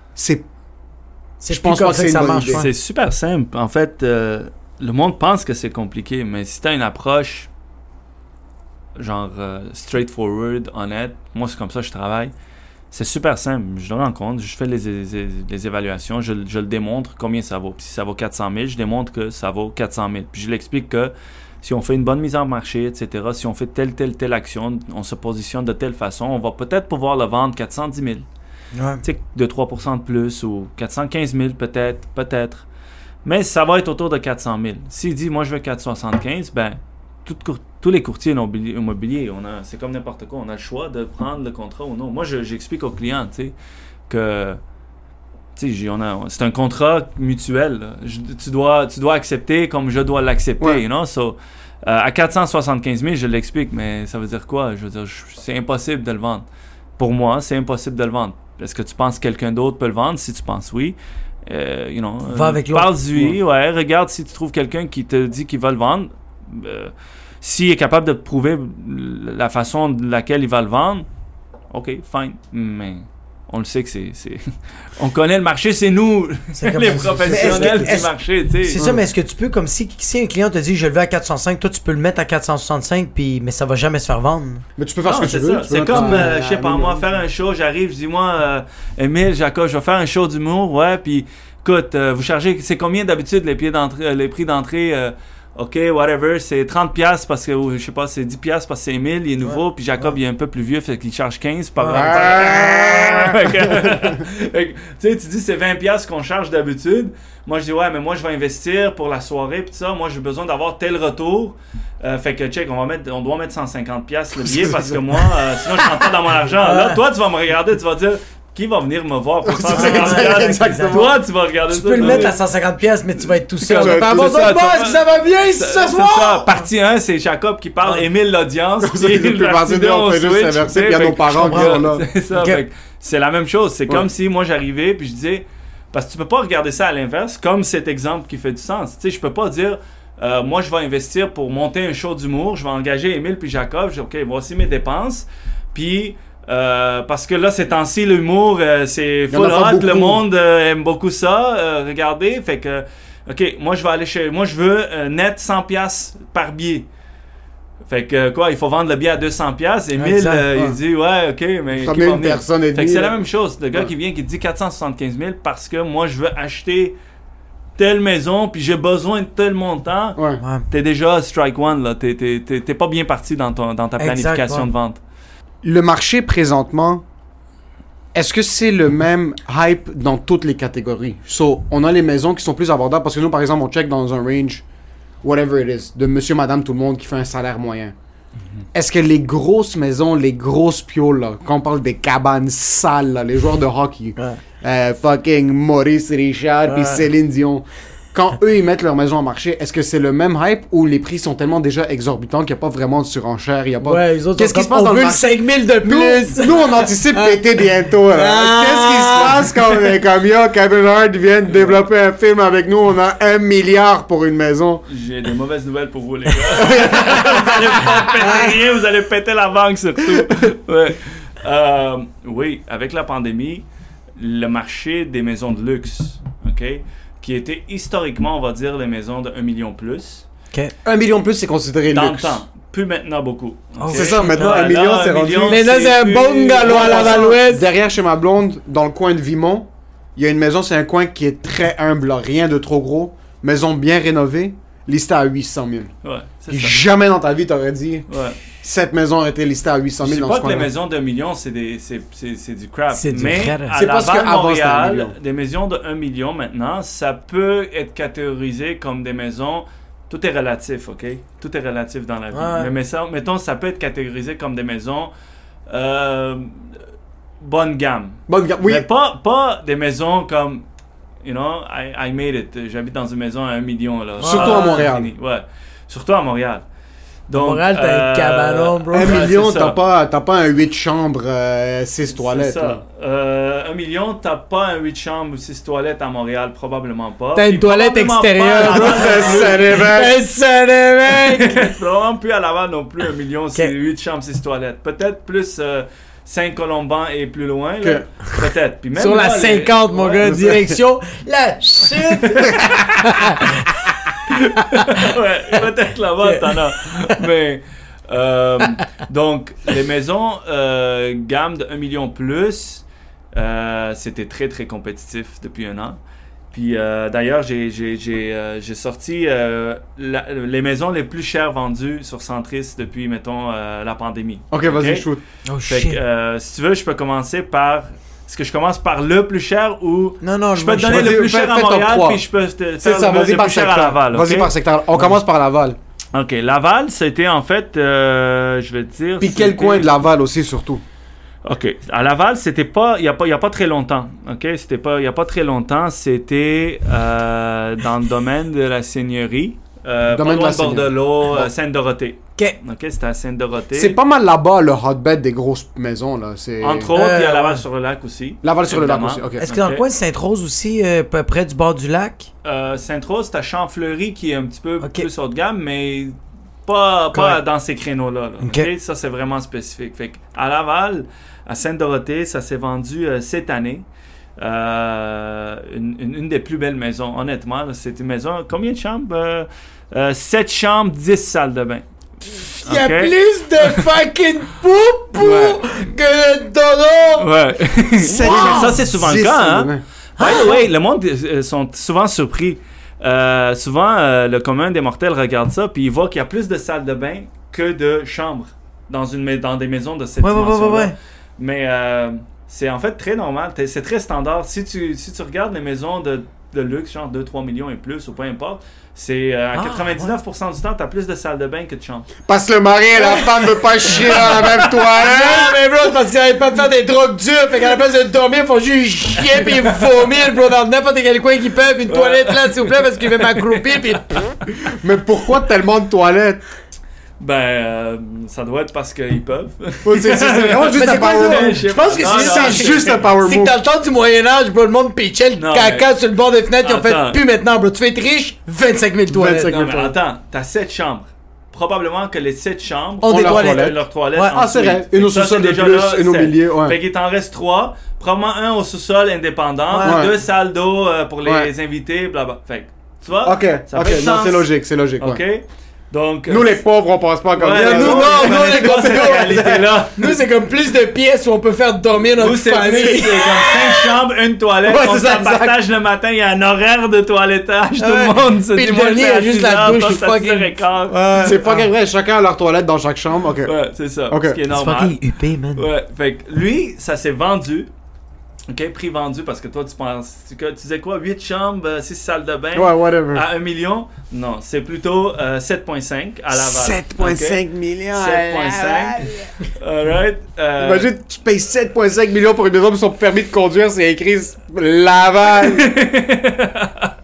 je pense pas que c'est une bonne idée. C'est super simple. En fait, le monde pense que c'est compliqué, mais si t'as une approche genre straightforward, honnête, moi c'est comme ça que je travaille. C'est super simple. Je le rencontre, je fais les évaluations, je le démontre combien ça vaut. Puis si ça vaut 400 000, je démontre que ça vaut 400 000. Puis je l'explique que si on fait une bonne mise en marché, etc., si on fait telle action, on se positionne de telle façon, on va peut-être pouvoir le vendre 410 000. Tu sais, de 3% de plus ou 415 000 peut-être. Mais ça va être autour de 400 000. S'il dit, moi je veux 475, ben tous les courtiers immobiliers, c'est comme n'importe quoi, on a le choix de prendre le contrat ou non. Moi, j'explique aux clients, tu sais, que c'est un contrat mutuel. Tu dois accepter comme je dois l'accepter, you know? So, à 475 000, je l'explique, mais ça veut dire quoi? Je veux dire, c'est impossible de le vendre. Pour moi, c'est impossible de le vendre. Est-ce que tu penses que quelqu'un d'autre peut le vendre? Si tu penses oui, va avec l'autre. Parle-lui, regarde si tu trouves quelqu'un qui te dit qu'il va le vendre. S'il est capable de prouver la façon de laquelle il va le vendre, ok, fine. Mais on le sait que c'est... On connaît le marché, c'est nous, les professionnels du marché. T'sais. C'est ça, mais est-ce que tu peux, comme si un client te dit je le veux à 405, toi tu peux le mettre à 465, mais ça va jamais se faire vendre. Mais tu peux faire ce que tu veux. C'est comme, je sais pas moi, faire un show, j'arrive, je dis moi, Émile, Jacob, je vais faire un show d'humour, puis écoute, vous chargez, c'est combien d'habitude les prix d'entrée OK, whatever, c'est 30$ parce que, je sais pas, c'est 10$ parce que c'est Émile, il est nouveau, puis Jacob, il est un peu plus vieux, fait qu'il charge 15$, pas grave. Tu sais, tu dis c'est 20$ qu'on charge d'habitude. Moi, je dis, ouais, mais moi, je vais investir pour la soirée, puis tout ça. Moi, j'ai besoin d'avoir tel retour. Fait que, check, on doit mettre 150$ le billet parce que moi, sinon, je rentre pas dans mon argent. Là, toi, tu vas me regarder, tu vas dire... Qui va venir me voir pour 150$? Toi, tu vas regarder ça. Tu peux le mettre à 150$, mais tu vas être tout seul. Ça va bien ici ce soir! C'est ça. Partie 1, c'est Jacob qui parle, Émile l'audience. Puis partie 2, on fait juste inverser, puis il y a nos parents qui sont là. C'est ça. C'est la même chose. C'est comme si moi j'arrivais, puis je disais... Parce que tu peux pas regarder ça à l'inverse, comme cet exemple qui fait du sens. Tu sais, je peux pas dire... moi, je vais investir pour monter un show d'humour. Je vais engager Émile puis Jacob. Je dis, OK, voici mes dépenses. Puis... parce que là, ces temps-ci, l'humour, c'est full hot, le monde aime beaucoup ça. Regardez, fait que, OK, moi, je veux net 100$ par billet. Fait que, quoi, il faut vendre le billet à 200$. Émile, il dit, ouais, OK, mais qui va venir? Fait que c'est la même chose. Le gars qui vient, qui dit 475 000 parce que moi, je veux acheter telle maison, puis j'ai besoin de tel montant. T'es déjà strike one, là. T'es pas bien parti dans ta planification de vente. Le marché présentement, est-ce que c'est le même hype dans toutes les catégories? On a les maisons qui sont plus abordables parce que nous, par exemple, on check dans un range, whatever it is, de monsieur, madame, tout le monde qui fait un salaire moyen. Est-ce que les grosses maisons, les grosses pioles, là, quand on parle des cabanes sales, là, les joueurs de hockey, fucking Maurice Richard puis Céline Dion, quand eux, ils mettent leur maison en marché, est-ce que c'est le même hype ou les prix sont tellement déjà exorbitants qu'il n'y a pas vraiment de surenchère? Il y a pas... Ouais, les autres, qu'est-ce qui se passe dans le marché? 5000 de plus! Nous, on anticipe péter bientôt. Là. Qu'est-ce qui se passe quand on est comme yo, Kevin Hart vient de développer un film avec nous, on a 1 milliard pour une maison. J'ai des mauvaises nouvelles pour vous, les gars. Vous allez pas péter rien, vous allez péter la banque surtout. Ouais. Oui, avec la pandémie, le marché des maisons de luxe, OK, qui était historiquement, on va dire, les maisons de 1 million plus. Okay. 1 million plus, c'est considéré dans luxe. Dans le temps. Plus maintenant beaucoup. Okay. C'est ça, maintenant 1 million, c'est rendu. Mais là, c'est un bungalow à Laval-Ouest. Derrière chez ma blonde, dans le coin de Vimont, il y a une maison, c'est un coin qui est très humble, rien de trop gros. Maison bien rénovée, listée à 800 000. Ouais, c'est et ça. Jamais dans ta vie, t'aurais dit. Ouais. Cette maison a été listée à 800 000 dans ce coin. C'est pas que les maisons de 1 million, c'est du crap. Mais à c'est parce Laval, que Montréal, des maisons de 1 million maintenant, ça peut être catégorisé comme des maisons... Tout est relatif, OK? Tout est relatif dans la vie. Ouais. Mais mettons, ça peut être catégorisé comme des maisons bonne gamme. Bonne gamme, oui. Mais pas des maisons comme... You know, I made it. J'habite dans une maison à 1 million. Là. Surtout à Montréal. Ouais. Surtout à Montréal. Donc, Montréal, t'as un cabanon, bro. 1 million, c'est t'as pas un 8 chambres, 6 toilettes. C'est ça. 1 million, t'as pas un 8 chambres ou 6 toilettes à Montréal, probablement pas. T'as une toilette extérieure, bro. C'est des mecs. Probablement plus à Laval non plus, 1 million, c'est 8 chambres, 6 toilettes. Peut-être plus 5 Colombans et plus loin, là. Peut-être. Puis même sur là, la 50, mon gars, direction la chute. Ouais, peut-être là-bas, t'en as. Mais, donc, les maisons gamme de 1 million plus, c'était très, très compétitif depuis un an. Puis, d'ailleurs, j'ai sorti les maisons les plus chères vendues sur Centris depuis, mettons, la pandémie. OK, vas-y, shoot. Oh, fait shit. que, si tu veux, je peux commencer par... Est-ce que je commence par le plus cher ou... Non, je peux te donner le plus cher à Montréal, puis je peux te faire le plus cher à Laval. Vas-y par secteur. On commence par Laval. OK, Laval, c'était en fait, je vais te dire... Puis quel coin de Laval aussi, surtout? OK, à Laval, c'était pas... Il y a pas très longtemps, OK? C'était pas... Il y a pas très longtemps, c'était dans le domaine de la seigneurie. Pas loin de Bordelot, Sainte-Dorothée. OK, c'était à Sainte-Dorothée. C'est pas mal là-bas, le hotbed des grosses maisons, là. Entre autres, il y a Laval-sur-le-Lac aussi. Laval-sur-le-Lac aussi, OK. Est-ce que dans le coin de Sainte-Rose aussi, près du bord du lac? Sainte-Rose, t'as Champfleury qui est un petit peu plus haut de gamme, mais pas dans ces créneaux-là. Là, okay? Ça, c'est vraiment spécifique. Fait à Laval, à Sainte-Dorothée, ça s'est vendu cette année. Une des plus belles maisons, honnêtement. C'est une maison... Combien de chambres? 7 chambres, 10 salles de bain. Il y a plus de fucking poupou que de dodo! Ouais. Ça, c'est souvent le cas, hein? Ouais, le monde sont souvent surpris. Souvent, le commun des mortels regarde ça, puis il voit qu'il y a plus de salles de bain que de chambres dans des maisons de cette dimension-là. Ouais. Mais c'est en fait très normal, c'est très standard. Si tu regardes les maisons de luxe, genre 2-3 millions et plus, ou peu importe, c'est à 99% du temps, t'as plus de salles de bain que de chambres. Parce que le mari et la femme ne veulent pas chier dans la même toilette. Non, mais bro, parce qu'ils n'arrêtent pas de faire des drogues dures, fait qu'à la place de dormir, ils font juste chier pis vomir, bro, dans n'importe quel coin qu'ils peuvent. Une toilette là, s'il vous plaît, parce qu'ils veulent m'accroupir pis... Mais pourquoi tellement de toilettes? Ça doit être parce qu'ils peuvent. C'est vraiment juste un power move. Je pense que c'est juste un power move. C'est que dans le temps du Moyen-Âge, bro, le monde pitchait le caca sur le bord des fenêtres. Ils ont fait plus maintenant, bro. Tu fais être riche, 25 000 toilettes. Non, mais attends, t'as 7 chambres. Probablement que les 7 chambres ont des toilettes. Leurs toilettes. Ouais, c'est vrai. Une au sous-sol de plus, une au milieu. Ouais. Fait qu'il t'en reste 3. Probablement un au sous-sol indépendant. 2 salles d'eau pour les invités, blablabla. Fait tu vois? Ok, non, c'est logique, c'est logique. Ok. Donc, nous les pauvres, on pense pas comme ça. Nous, c'est comme plus de pièces où on peut faire dormir notre famille. C'est comme 5 chambres, une toilette. On se partage le matin, il y a un horaire de toilettage. Tout le monde se dit, le dernier, il y a juste la douche. C'est pas vrai, chacun a leur toilette dans chaque chambre. Ok. Ouais, c'est ça. Ce qui est normal. C'est fucking huppé, man. Ouais, fait que lui, ça s'est vendu. OK, prix vendu parce que toi, tu penses... Tu disais quoi? 8 chambres, 6 salles de bain? Ouais, whatever. À 1 million? Non, c'est plutôt 7,5 à Laval. 7,5 millions. 7,5. Alright. Imagine, tu payes 7,5 millions pour une maison, mais son permis de conduire, c'est écrit Laval.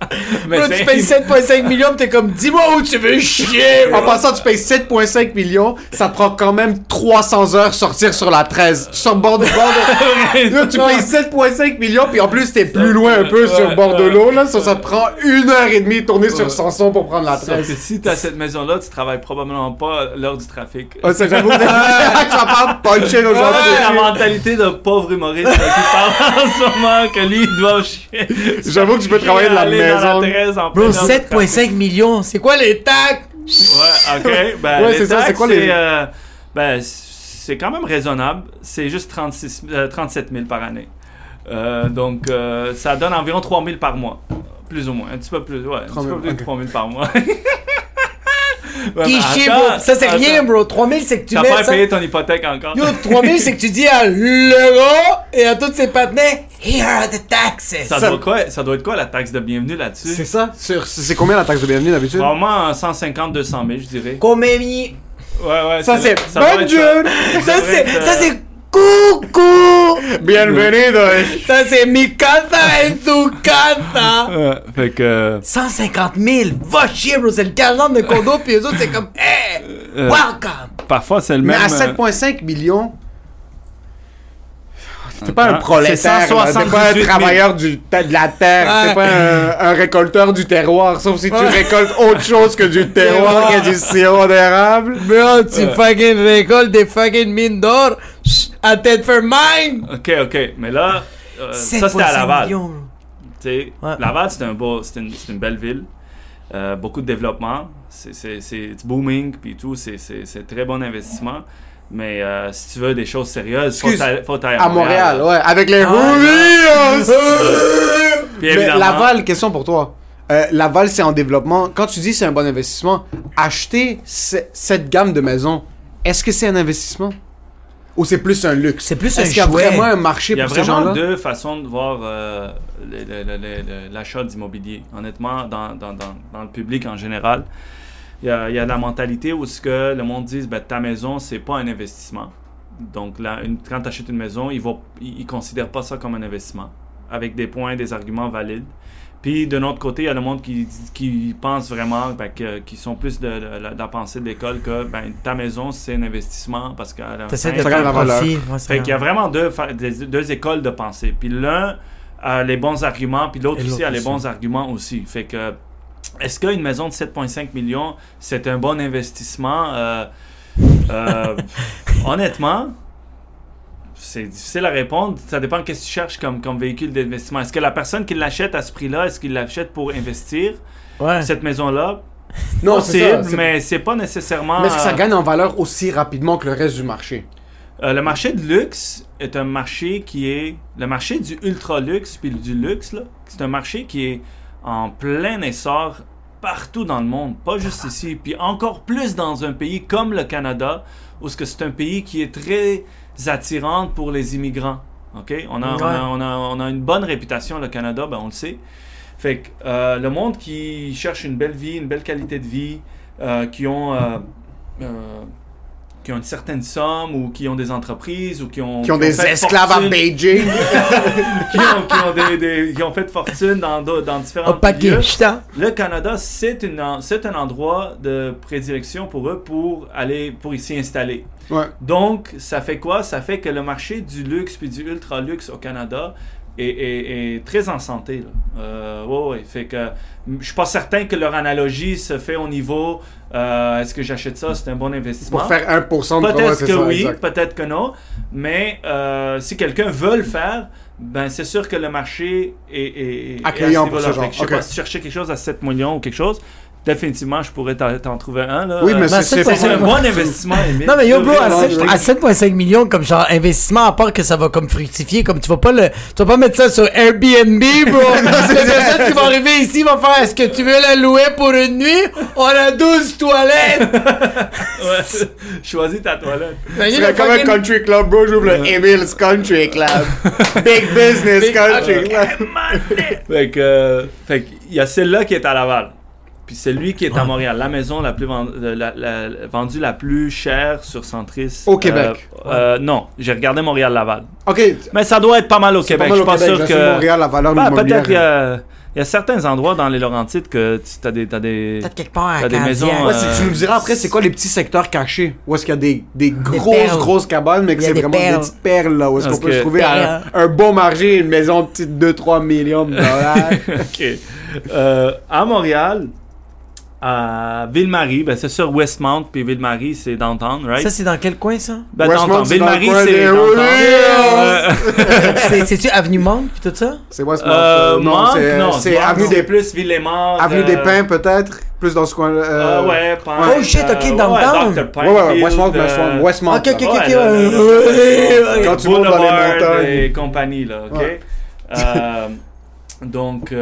Bro, tu payes 7,5 millions, pis t'es comme, dis-moi où tu veux chier, bro. En passant, tu payes 7,5 millions, ça te prend quand même 300 heures sortir sur la 13. Tu sors bord de là, tu payes 7,5 millions, puis en plus, t'es plus loin un peu sur le bord de l'eau, là. Ça te prend 1h30 de tourner sur Samson pour prendre la 13. Sauf que si t'as cette maison-là, tu travailles probablement pas l'heure du trafic. Ah, c'est j'avoue que ça parle puncher nos gens. La mentalité de pauvre humoriste qui parle en ce moment, que lui, il doit chier. J'avoue que tu peux travailler de la maison. Bro, 7,5 millions, c'est quoi les taxes? Ouais, ok. Ben, ouais, les c'est taxes, ça, c'est quoi les... c'est quand même raisonnable. C'est juste 37 000 par année. Donc, ça donne environ 3 000 par mois. Plus ou moins. Un petit peu plus. Ouais, un petit peu plus de 3 000 par mois. Ouais, qui bro? Ça, c'est rien, bro. 3 000, c'est que tu mets ça... T'as pas payé ton hypothèque encore. Yo, 3 000, c'est que tu dis à l'euro et à tous ses partenaires, here are the taxes. Ça doit être quoi la taxe de bienvenue là-dessus? C'est ça? C'est combien la taxe de bienvenue d'habitude? Probablement 150, 200 000, je dirais. Combien? Ouais, ça c'est bonjour. Ça c'est coucou. Bienvenido. Ça c'est mi casa en tu casa. Fait que 150 000. Va chier, bro. C'est le calendrier de condo, puis eux autres, c'est comme, hey, welcome. Parfois, c'est le même. Mais à 7,5 millions. T'es pas un prolétaire, t'es pas un travailleur de la terre, t'es pas un récolteur du terroir, sauf si tu récoltes autre chose que du terroir et du sirop d'érable. Bro, tu fucking récoltes des fucking mines d'or à tête for mine. Ok, mais là, ça c'était à Laval. Tu sais, Laval c'est une belle ville, beaucoup de développement, c'est booming puis tout, c'est très bon investissement. Mais si tu veux des choses sérieuses, faut aller à Montréal. Ouais, avec les Mais Laval, question pour toi. Laval, c'est en développement. Quand tu dis c'est un bon investissement, acheter cette gamme de maisons, est-ce que c'est un investissement? Ou c'est plus un luxe? C'est plus un Est-ce qu'il y a vraiment un marché pour ces gens-là? Il y a vraiment deux façons de voir l'achat d'immobilier. Honnêtement, dans le public en général. Il y a de la mentalité où que le monde dit ta maison, c'est pas un investissement. Donc, quand tu achètes une maison, ils ne considèrent pas ça comme un investissement, avec des points, des arguments valides. Puis, de notre côté, il y a le monde qui pense vraiment, qui sont plus de la pensée de l'école, que ta maison, c'est un investissement parce qu'elle a la valeur. Fait qu'il y a vraiment deux écoles de pensée. Puis l'un a les bons arguments, puis l'autre aussi a les bons arguments aussi. Fait que est-ce qu'une maison de 7,5 millions, c'est un bon investissement? Honnêtement, c'est difficile à répondre. Ça dépend de ce que tu cherches comme véhicule d'investissement. Est-ce que la personne qui l'achète à ce prix-là, est-ce qu'il l'achète pour investir cette maison-là? Non, possible, mais c'est pas nécessairement... Mais est-ce que ça gagne en valeur aussi rapidement que le reste du marché? Le marché de luxe est un marché qui est... Le marché du ultra-luxe puis du luxe, là, c'est un marché qui est en plein essor partout dans le monde, pas juste ici, puis encore plus dans un pays comme le Canada, où c'est un pays qui est très attirant pour les immigrants. Okay? On a une bonne réputation, le Canada, on le sait. Fait que le monde qui cherche une belle vie, une belle qualité de vie, qui ont une certaine somme ou qui ont des entreprises ou qui ont des esclaves à Beijing qui ont fait fortune dans différents lieux. Le Canada, c'est un endroit de prédilection pour eux pour s'y installer. Ouais. Donc, ça fait quoi? Ça fait que le marché du luxe puis du ultra luxe au Canada est très en santé. Ouais. Fait que je suis pas certain que leur analogie se fait au niveau est-ce que j'achète ça, c'est un bon investissement. Pour faire 1% de peut-être que oui, peut-être que non. Mais si quelqu'un veut le faire, c'est sûr que le marché est accueillant pour ce genre. Je sais pas si tu cherchais quelque chose à 7 millions ou quelque chose. Définitivement, je pourrais t'en trouver un. Là. Oui, mais c'est un bon investissement. Non, mais yo, bro, à 7,5 millions, comme genre investissement, à part que ça va comme fructifier, comme tu vas pas mettre ça sur Airbnb, bro. Les personnes qui vont arriver ici vont faire, est-ce que tu veux la louer pour une nuit? On a 12 toilettes! Ouais, choisis ta toilette. C'est comme un country club, bro. J'ouvre le Emil's Country Club. Big business country club. Fait que, il y a celle-là qui est à Laval. Puis c'est lui qui est à Montréal. La maison la plus vendue la plus chère sur Centris. Au Québec? Non, j'ai regardé Montréal-Laval. OK. Mais ça doit être pas mal au Québec. Je suis pas sûr que... Montréal, la valeur immobilière. Peut-être Il y a certains endroits dans les Laurentides que tu as des peut-être quelque part à des maisons. Tu nous diras après, c'est quoi les petits secteurs cachés? Où est-ce qu'il y a des grosses cabanes, mais que c'est vraiment des petites perles, là. Où est-ce qu'on peut se trouver à un bon marché, une maison petite 2-3 millions de dollars? OK. À Montréal, à Ville-Marie, ben c'est sur Westmount, puis Ville-Marie, c'est downtown, right? Ça, c'est dans quel coin, ça? Ben, downtown. Ville-Marie, c'est downtown. C'est-tu Avenue Monte, puis tout ça? C'est Westmount. Non, c'est Avenue des... plus Ville-et-Mort. Avenue des Pins, peut-être? Plus dans ce coin-là. Ouais, Oh shit, ok, downtown. Ouais, Westmount. Ok. Quand tu montes dans les montagnes. Et compagnie, là, ok? Donc,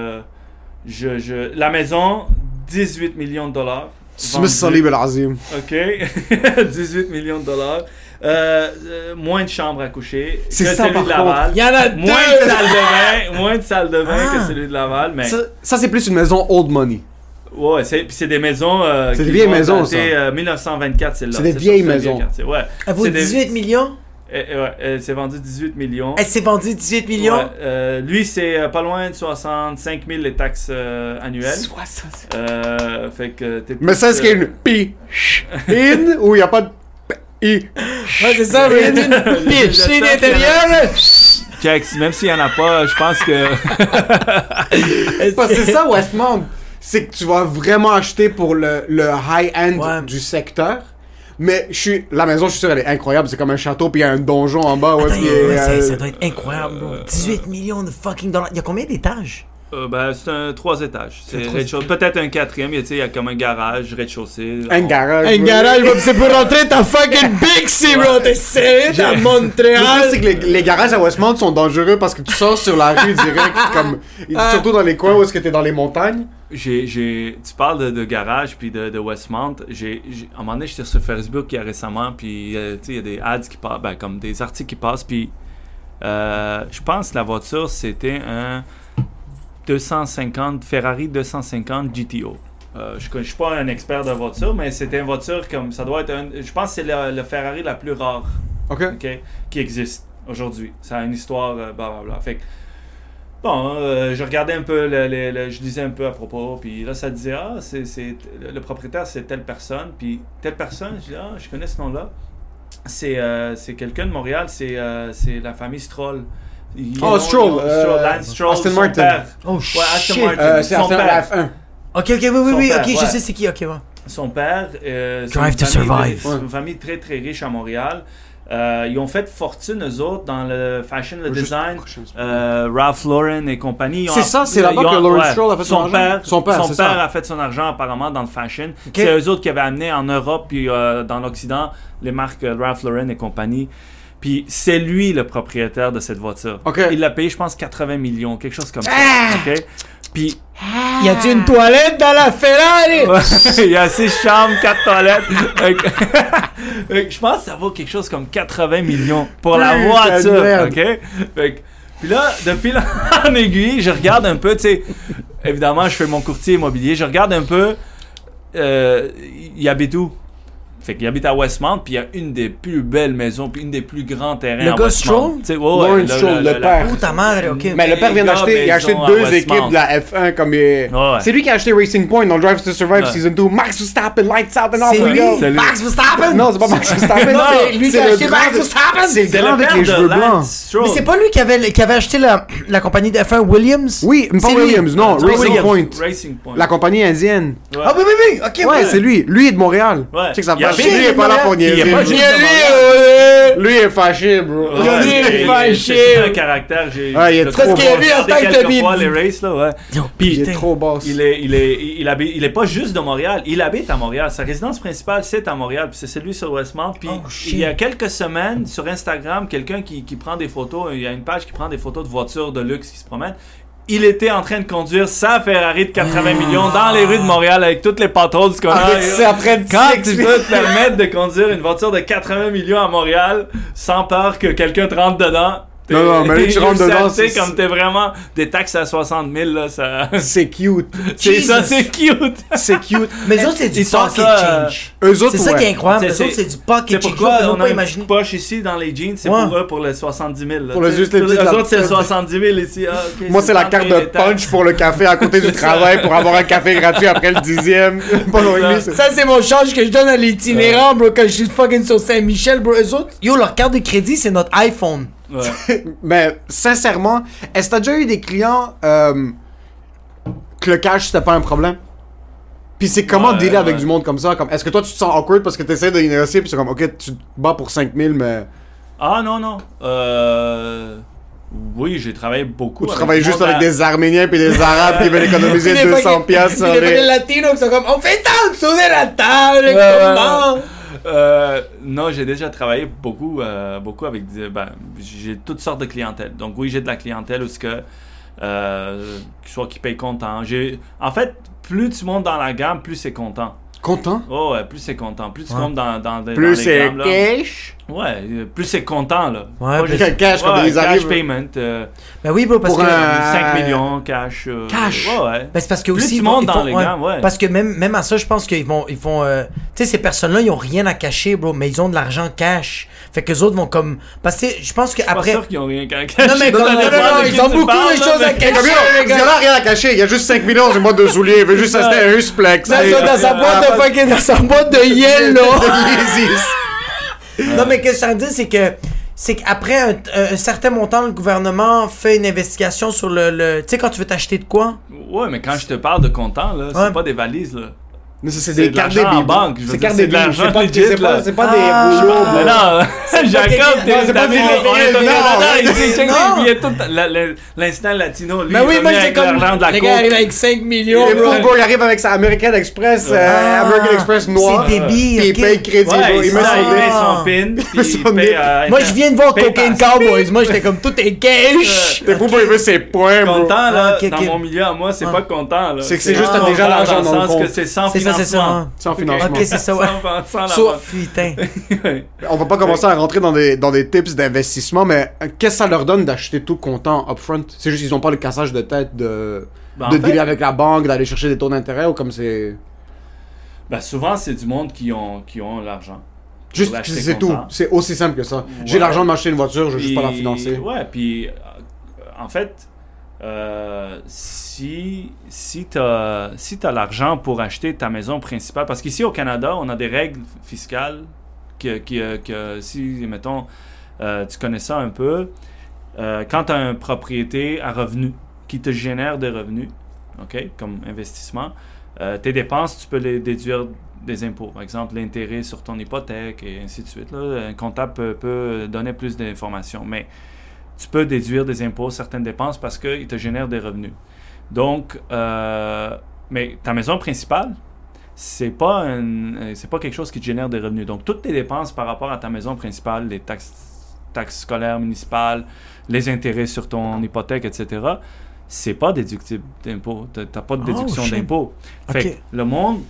la maison... 18 millions de dollars. Smith Salib El Azim. OK. 18 millions de dollars. Moins de chambres à coucher que celui de Laval. Il y en a deux! Moins de salles de bain que celui de Laval. Mais... Ça, c'est plus une maison old money. Ouais, c'est des maisons. C'est des vieilles maisons, ça. 1924, c'est là. C'est des vieilles maisons. Ouais. Elle vaut 18 millions? C'est vendu 18 millions. Elle s'est vendue 18 millions? Ouais, lui, c'est pas loin de 65 000 les taxes annuelles. 60. Fait que mais ça, est-ce qu'il y a une P-in ou il n'y a pas de P-I? Ouais, c'est ça, mais il y a une piscine intérieure. Jax, même s'il n'y en a pas, je pense que... Parce que c'est ça, Westmount. C'est que tu vas vraiment acheter pour le high-end du secteur. Mais la maison, je suis sûr, elle est incroyable. C'est comme un château, puis il y a un donjon en bas. Ça doit être incroyable, bro. 18 millions de fucking dollars. Il y a combien d'étages? C'est un 3 étages. C'est peut-être un 4e. Il y a comme un garage, rez-de-chaussée. Un garage, c'est pour rentrer ta fucking Bixi, bro. T'es sérieux? À Montréal? Le truc, c'est que les garages à Westmount sont dangereux parce que tu sors sur la rue direct. Surtout dans les coins où est-ce que t'es dans les montagnes. Tu parles de garage puis de Westmount. À un moment donné, j'étais sur Facebook il y a récemment, puis il y a des ads qui passent, comme des articles qui passent, puis je pense que la voiture, c'était un Ferrari 250 GTO. Je suis pas un expert de voiture, mais c'était une voiture comme ça doit être je pense que c'est le Ferrari la plus rare qui existe aujourd'hui. Ça a une histoire blablabla. Fait que bon, je regardais un peu, je lisais un peu à propos, puis là, ça disait, le propriétaire, c'est telle personne, puis telle personne, je dis, je connais ce nom-là. C'est quelqu'un de Montréal, c'est la famille Stroll. Stroll. Lance Stroll, Aston son Martin. père. Oh, shit. Aston Martin. C'est Aston F1. Ok, oui, père, ok, je sais c'est qui, ok, ouais. Son père, Drive to Survive. C'est une famille très, très riche à Montréal. Ils ont fait fortune, eux autres, dans le fashion, le design, Ralph Lauren et compagnie. C'est là-bas que Lawrence Stroll a fait son argent? Son père a fait son argent apparemment dans le fashion. Okay. C'est eux autres qui avaient amené en Europe puis dans l'Occident les marques Ralph Lauren et compagnie. Puis c'est lui le propriétaire de cette voiture. Okay. Il l'a payé, je pense, 80 millions, quelque chose comme ça. Okay? Puis... Y a-t-il une toilette dans la Ferrari? Il y a 6 chambres, 4 toilettes. Je pense que ça vaut quelque chose comme 80 millions pour la voiture. OK? Puis là, de fil en aiguille, je regarde un peu, tu sais, évidemment, je fais mon courtier immobilier, je regarde un peu, il habite où? Fait qu'il habite à Westmount, puis il y a une des plus belles maisons, puis une des plus grands terrains à Westmount. Lawrence Stroll, le père. Puta madre, ok. Mais le père vient d'acheter, il a acheté 2 équipes de la F1 comme c'est lui qui a acheté Racing Point dans Drive to Survive Season 2. Max Verstappen, lights out and off we go. Max Verstappen? Non, c'est pas Max Verstappen. Non, c'est lui qui a acheté Max Verstappen. C'est le grand avec les cheveux blancs. Mais c'est pas lui qui avait acheté la compagnie de F1 Williams? Oui, pas Williams, non, Racing Point. Racing Point. La compagnie indienne. Ah oui, ok. Ouais, c'est lui. Lui est de Montréal. Ouais. Lui est pas là pour niaiser. Lui est fâché, bro. Lui est fâché. C'est un caractère. Il est trop boss. Les races, là, ouais. Puis il est trop boss. Il est pas juste de Montréal. Il habite à Montréal. Sa résidence principale, c'est à Montréal. Puis c'est celui sur Westmount. Puis il y a quelques semaines, sur Instagram, quelqu'un qui prend des photos. Il y a une page qui prend des photos de voitures de luxe qui se promènent. Il était en train de conduire sa Ferrari de 80 millions dans les rues de Montréal avec toutes les patrouilles qu'on a. Quand tu peux te permettre de conduire une voiture de 80 millions à Montréal sans peur que quelqu'un te rentre dedans, Non, mais tu rentres dedans. Tu sais, comme t'es vraiment des taxes à 60 000, là, ça. C'est cute. C'est cute. C'est cute. Mais eux autres, c'est du pocket change. Eux autres, c'est ça qui est incroyable. Eux autres, c'est du pocket change. C'est pourquoi on a une poche ici dans les jeans, c'est pour eux, pour les 70 000. Là, pour les juste les eux autres, c'est 70 000 ici. Ah, okay, moi, c'est la carte de punch pour le café à côté du travail pour avoir un café gratuit après le 10e. Ça, c'est mon change que je donne à l'itinérant, bro, quand je suis fucking sur Saint-Michel, bro. Eux autres, yo, leur carte de crédit, c'est notre iPhone. Ouais. Mais sincèrement, est-ce que t'as déjà eu des clients que le cash c'était pas un problème? Puis c'est comment dealer avec du monde comme ça? Comme, est-ce que toi tu te sens awkward parce que t'essaies de négocier puis c'est comme ok tu te bats pour 5000 mais... Ah non. Oui, j'ai travaillé beaucoup. Tu travailles juste avec des Arméniens puis des Arabes qui veulent économiser 200 piastres sur les Latinos qui sont comme on fait tant sur la table, comment? Non, j'ai déjà travaillé beaucoup avec j'ai toutes sortes de clientèle. Donc oui, j'ai de la clientèle où soit qui paye content. En fait, plus tu montes dans la gamme, plus c'est content. Content? Oh ouais, plus c'est content. Plus tu montes dans plus les c'est gammes, cash? Ouais, plus c'est content là. Ouais, plus c'est cash quand ils arrivent. Cash payment. Ben oui, bro, parce pour que 5 millions cash. Cash. Ouais. Ben c'est parce que plus aussi tu montes dans les gammes, ouais. Parce que même à ça, je pense qu'ils vont tu sais ces personnes-là, ils ont rien à cacher, bro, mais ils ont de l'argent cash. Fait que les autres vont comme parce que je pense que après. Je suis pas sûr qu'ils ont rien à cacher. Non mais non, ils ont beaucoup de choses à cacher. Il y en a rien à cacher. Il y a juste 5 millions de boîte de souliers. Il veut juste acheter un Husplex. Dans sa boîte de fucking, dans sa boîte de Yale là. Non mais qu'est-ce que je veux dire, c'est qu'après un certain montant, le gouvernement fait une investigation sur le tu sais quand tu veux t'acheter de quoi. Ouais, mais quand je te parle de comptant là, c'est pas des valises là. Mais c'est des cartes débit en banque. C'est cartes débit. C'est pas des rouleaux. Mais non, Jacob, t'as mis on est au Canada ici, check les billets tout l'instant latino. Mais oui, moi j'étais comme les gars arrivent avec 5 millions. Bro, il arrive avec sa American Express, American Express noir. C'est débile. Puis il paye crédit. Il met son pin. Moi je viens de voir Cocaine Cowboys. Moi j'étais comme tout est cash. T'es fou pour il veut ses points, bro. Content là, dans mon milieu à moi, c'est pas content là. C'est que c'est juste t'as déjà l'argent dans le compte. C'est sans financement. Sans financement. Ok, c'est ça, ouais. Putain. On va pas commencer à rentrer dans des tips d'investissement, mais qu'est-ce que ça leur donne d'acheter tout comptant upfront? C'est juste qu'ils ont pas le cassage de tête de dealer avec la banque, d'aller chercher des taux d'intérêt ou comme c'est... Ben souvent, c'est du monde qui ont l'argent. Juste, c'est tout. C'est aussi simple que ça. Ouais. J'ai l'argent de m'acheter une voiture, je veux juste pas la financer. Ouais, puis en fait... si t'as l'argent pour acheter ta maison principale, parce qu'ici au Canada, on a des règles fiscales que si, mettons, tu connais ça un peu, quand tu as une propriété à revenu qui te génère des revenus, ok, comme investissement, tes dépenses, tu peux les déduire des impôts. Par exemple, l'intérêt sur ton hypothèque et ainsi de suite. Là. Un comptable peut donner plus d'informations, mais tu peux déduire des impôts, certaines dépenses, parce qu'ils te génèrent des revenus. Donc, mais ta maison principale, c'est pas quelque chose qui te génère des revenus. Donc, toutes tes dépenses par rapport à ta maison principale, les taxes scolaires municipales, les intérêts sur ton hypothèque, etc., c'est pas déductible d'impôts. T'as pas de déduction d'impôts. Fait que le monde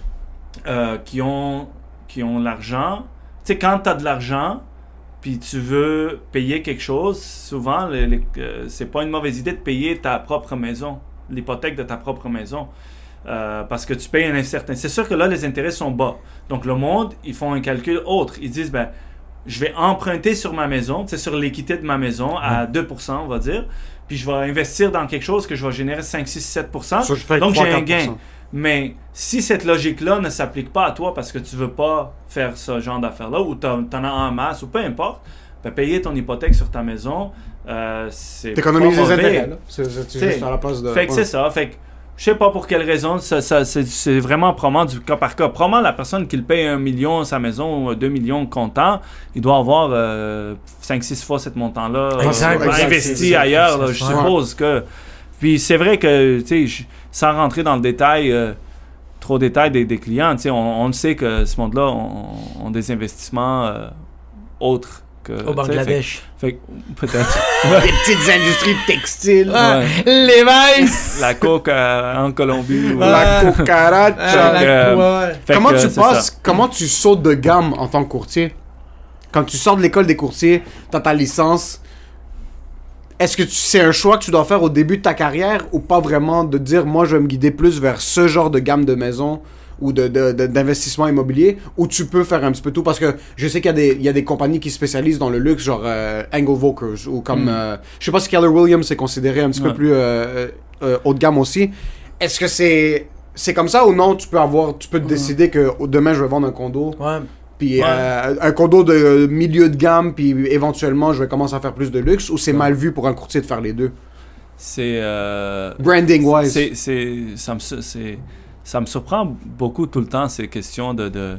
qui ont l'argent, tu sais, quand t'as de l'argent, puis tu veux payer quelque chose, souvent, c'est pas une mauvaise idée de payer ta propre maison, l'hypothèque de ta propre maison, parce que tu payes un certain... C'est sûr que là, les intérêts sont bas. Donc, le monde, ils font un calcul autre. Ils disent, ben, je vais emprunter sur ma maison, tu sais, sur l'équité de ma maison, à 2%, on va dire, puis je vais investir dans quelque chose que je vais générer 5, 6, 7%, donc j'ai un gain. Mais si cette logique-là ne s'applique pas à toi parce que tu veux pas faire ce genre d'affaires-là ou t'en as en masse ou peu importe, ben payer ton hypothèque sur ta maison, c'est t'économises les intérêts, là. C'est juste à la place de... Fait que c'est ça. Fait que je sais pas pour quelle raison, c'est vraiment probablement du cas par cas. Probablement la personne qui le paye 1 million sa maison, 2 millions comptant, il doit avoir 5-6 fois ce montant-là investi ailleurs, là, je suppose que... Puis c'est vrai que, tu sais, sans rentrer dans le détail, trop détail des clients, tu sais, on le sait que ce monde-là ont des investissements autres que... Au Bangladesh. Fait peut-être. Des petites industries textiles. Les Vice. La coke en Colombie. La cucaracha. Comment tu sautes de gamme en tant que courtier? Quand tu sors de l'école des courtiers, t'as ta licence... est-ce que c'est un choix que tu dois faire au début de ta carrière ou pas vraiment de dire, moi, je vais me guider plus vers ce genre de gamme de maison ou d'investissement immobilier, ou tu peux faire un petit peu tout? Parce que je sais qu'il y a des compagnies qui spécialisent dans le luxe, genre Angle Vokers, ou comme... je sais pas si Keller Williams est considéré un petit peu plus haut de gamme aussi. Est-ce que c'est comme ça ou non? Tu peux te décider que demain, je vais vendre un condo. Ouais. Puis un condo de milieu de gamme, puis éventuellement, je vais commencer à faire plus de luxe, ou c'est mal vu pour un courtier de faire les deux? C'est... branding-wise. Ça me surprend beaucoup tout le temps, ces questions de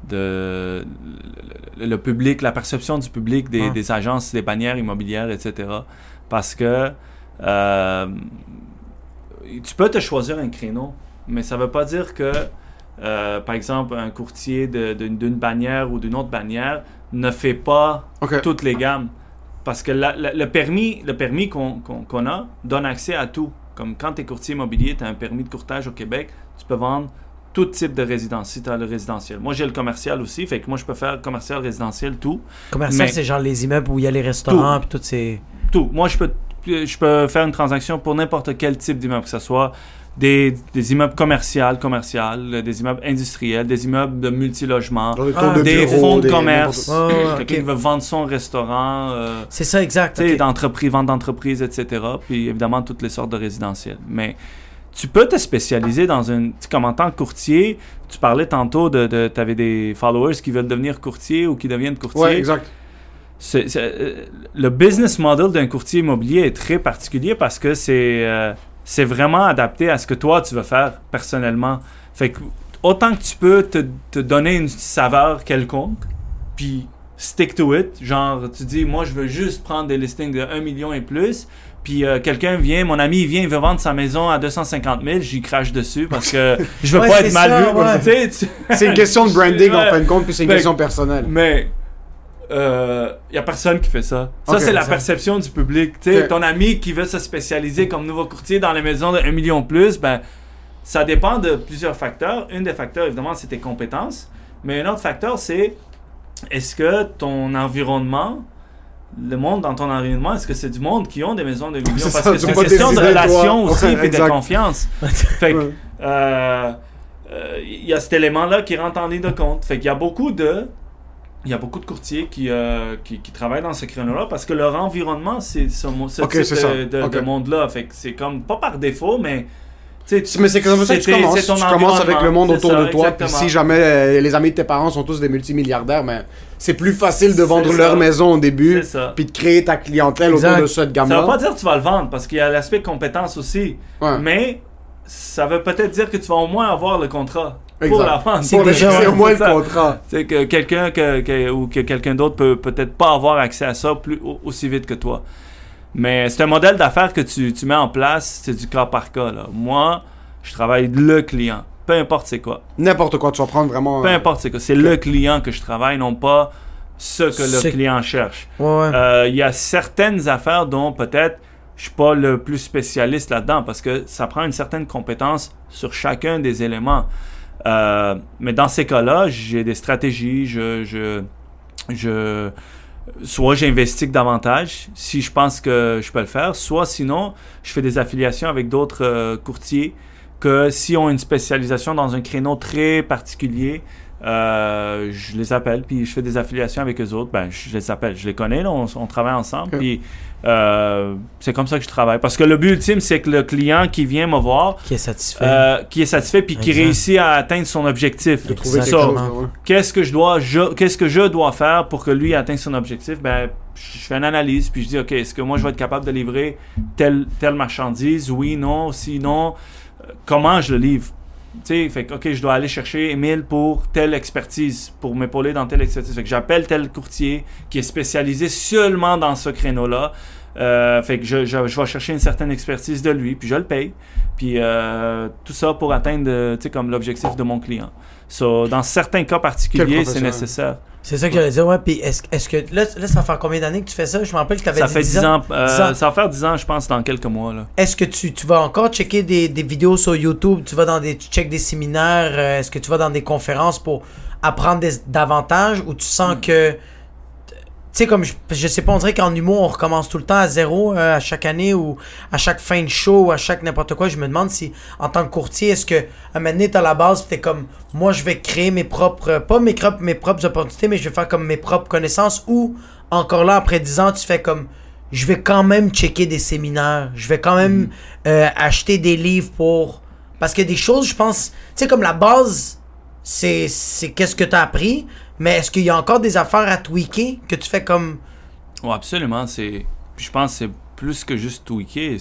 le public, la perception du public des agences, des bannières immobilières, etc. Parce que tu peux te choisir un créneau, mais ça ne veut pas dire que, par exemple, un courtier d'une bannière ou d'une autre bannière ne fait pas toutes les gammes. Parce que le permis qu'on a donne accès à tout. Comme quand tu es courtier immobilier, tu as un permis de courtage au Québec, tu peux vendre tout type de résidence, si tu as le résidentiel. Moi, j'ai le commercial aussi, fait que moi, je peux faire commercial, résidentiel, tout. Commercial, c'est genre les immeubles où il y a les restaurants, puis tout, c'est... Tout. Moi, je peux faire une transaction pour n'importe quel type d'immeuble, que ce soit des immeubles commerciaux, des immeubles industriels, des immeubles de multilogement, des fonds de commerce, quelqu'un qui veut vendre son restaurant, c'est ça, exact. Vente d'entreprise, etc. Puis évidemment, toutes les sortes de résidentiels. Mais tu peux te spécialiser dans comme en tant que courtier, tu parlais tantôt tu avais des followers qui veulent devenir courtier ou qui deviennent courtier. Oui, exact. Le business model d'un courtier immobilier est très particulier parce que c'est vraiment adapté à ce que toi, tu veux faire personnellement. Fait que autant que tu peux te donner une saveur quelconque, puis stick to it. Genre, tu dis, moi, je veux juste prendre des listings de 1 million et plus, puis mon ami vient, il veut vendre sa maison à 250 000, j'y crache dessus parce que je veux pas être mal vu. Ouais. C'est une question de branding en fin de compte, puis c'est une question personnelle. Mais... y a personne qui fait ça. Ça, c'est la perception du public. Ton ami qui veut se spécialiser comme nouveau courtier dans les maisons de 1 million plus, ben, ça dépend de plusieurs facteurs. Un des facteurs, évidemment, c'est tes compétences. Mais un autre facteur, c'est est-ce que ton environnement, le monde dans ton environnement, est-ce que c'est du monde qui ont des maisons de 1 million? Parce que c'est une question de relation aussi et de confiance. Fait que, y a cet élément-là qui rentre en ligne de compte. Fait qu'il y a beaucoup de courtiers qui travaillent dans ce créneau-là parce que leur environnement, c'est ce type de monde-là. Fait que c'est comme, pas par défaut, mais... Mais c'est comme ça que tu commences avec le monde autour de toi. Puis si jamais les amis de tes parents sont tous des multimilliardaires, mais c'est plus facile de vendre leur maison au début puis de créer ta clientèle autour de cette gamme-là. Ça veut pas dire que tu vas le vendre parce qu'il y a l'aspect compétence aussi. Ouais. Mais ça veut peut-être dire que tu vas au moins avoir le contrat. Pour la vente. C'est au moins le contrat. C'est que quelqu'un ou que quelqu'un d'autre peut peut-être pas avoir accès à ça aussi vite que toi. Mais c'est un modèle d'affaires que tu mets en place, c'est du cas par cas. Là. Moi, je travaille le client. Peu importe c'est quoi. N'importe quoi, tu vas prendre vraiment... Peu importe c'est quoi. C'est le client que je travaille, non pas ce que le client cherche. Il y a certaines affaires dont peut-être je suis pas le plus spécialiste là-dedans parce que ça prend une certaine compétence sur chacun des éléments. Mais dans ces cas-là, j'ai des stratégies, soit j'investis davantage si je pense que je peux le faire, soit sinon je fais des affiliations avec d'autres courtiers que s'ils ont une spécialisation dans un créneau très particulier, je les appelle puis je fais des affiliations avec eux autres. Ben, je les appelle, je les connais, là, on travaille ensemble puis c'est comme ça que je travaille parce que le but ultime c'est que le client qui vient me voir qui est satisfait puis qui réussit à atteindre son objectif. De trouver quelque chose, qu'est-ce que je dois faire pour que lui atteigne son objectif? Ben, je fais une analyse puis je dis ok, est-ce que moi je vais être capable de livrer telle marchandise? Oui, non, sinon comment je le livre? Tu sais, fait que, OK, je dois aller chercher Émile pour telle expertise, pour m'épauler dans telle expertise. Fait que j'appelle tel courtier qui est spécialisé seulement dans ce créneau-là. Fait que je vais chercher une certaine expertise de lui, puis je le paye. Puis tout ça pour atteindre, tu sais, comme l'objectif de mon client. So, dans certains cas particuliers, c'est nécessaire. C'est ça que j'allais dire, ouais. Puis est-ce que là, ça fait combien d'années que tu fais ça? Je me rappelle que tu avais dit 10 ans. Ça va faire 10 ans, je pense, dans quelques mois. Là. Est-ce que tu vas encore checker des vidéos sur YouTube? Tu checkes des séminaires? Est-ce que tu vas dans des conférences pour apprendre davantage? Ou tu sens que... Tu sais, comme je sais pas, on dirait qu'en humour, on recommence tout le temps à zéro à chaque année ou à chaque fin de show ou à chaque n'importe quoi. Je me demande si, en tant que courtier, est-ce que à un moment donné, t'as la base pis t'es comme, moi, je vais créer mes propres, pas mes propres opportunités, mais je vais faire comme mes propres connaissances ou, encore là, après 10 ans, tu fais comme, je vais quand même checker des séminaires, je vais quand même acheter des livres pour... Parce que des choses, je pense, tu sais, comme la base, c'est qu'est-ce que t'as appris, mais est-ce qu'il y a encore des affaires à tweaker que tu fais comme... Oui, absolument. Je pense que c'est plus que juste tweaker.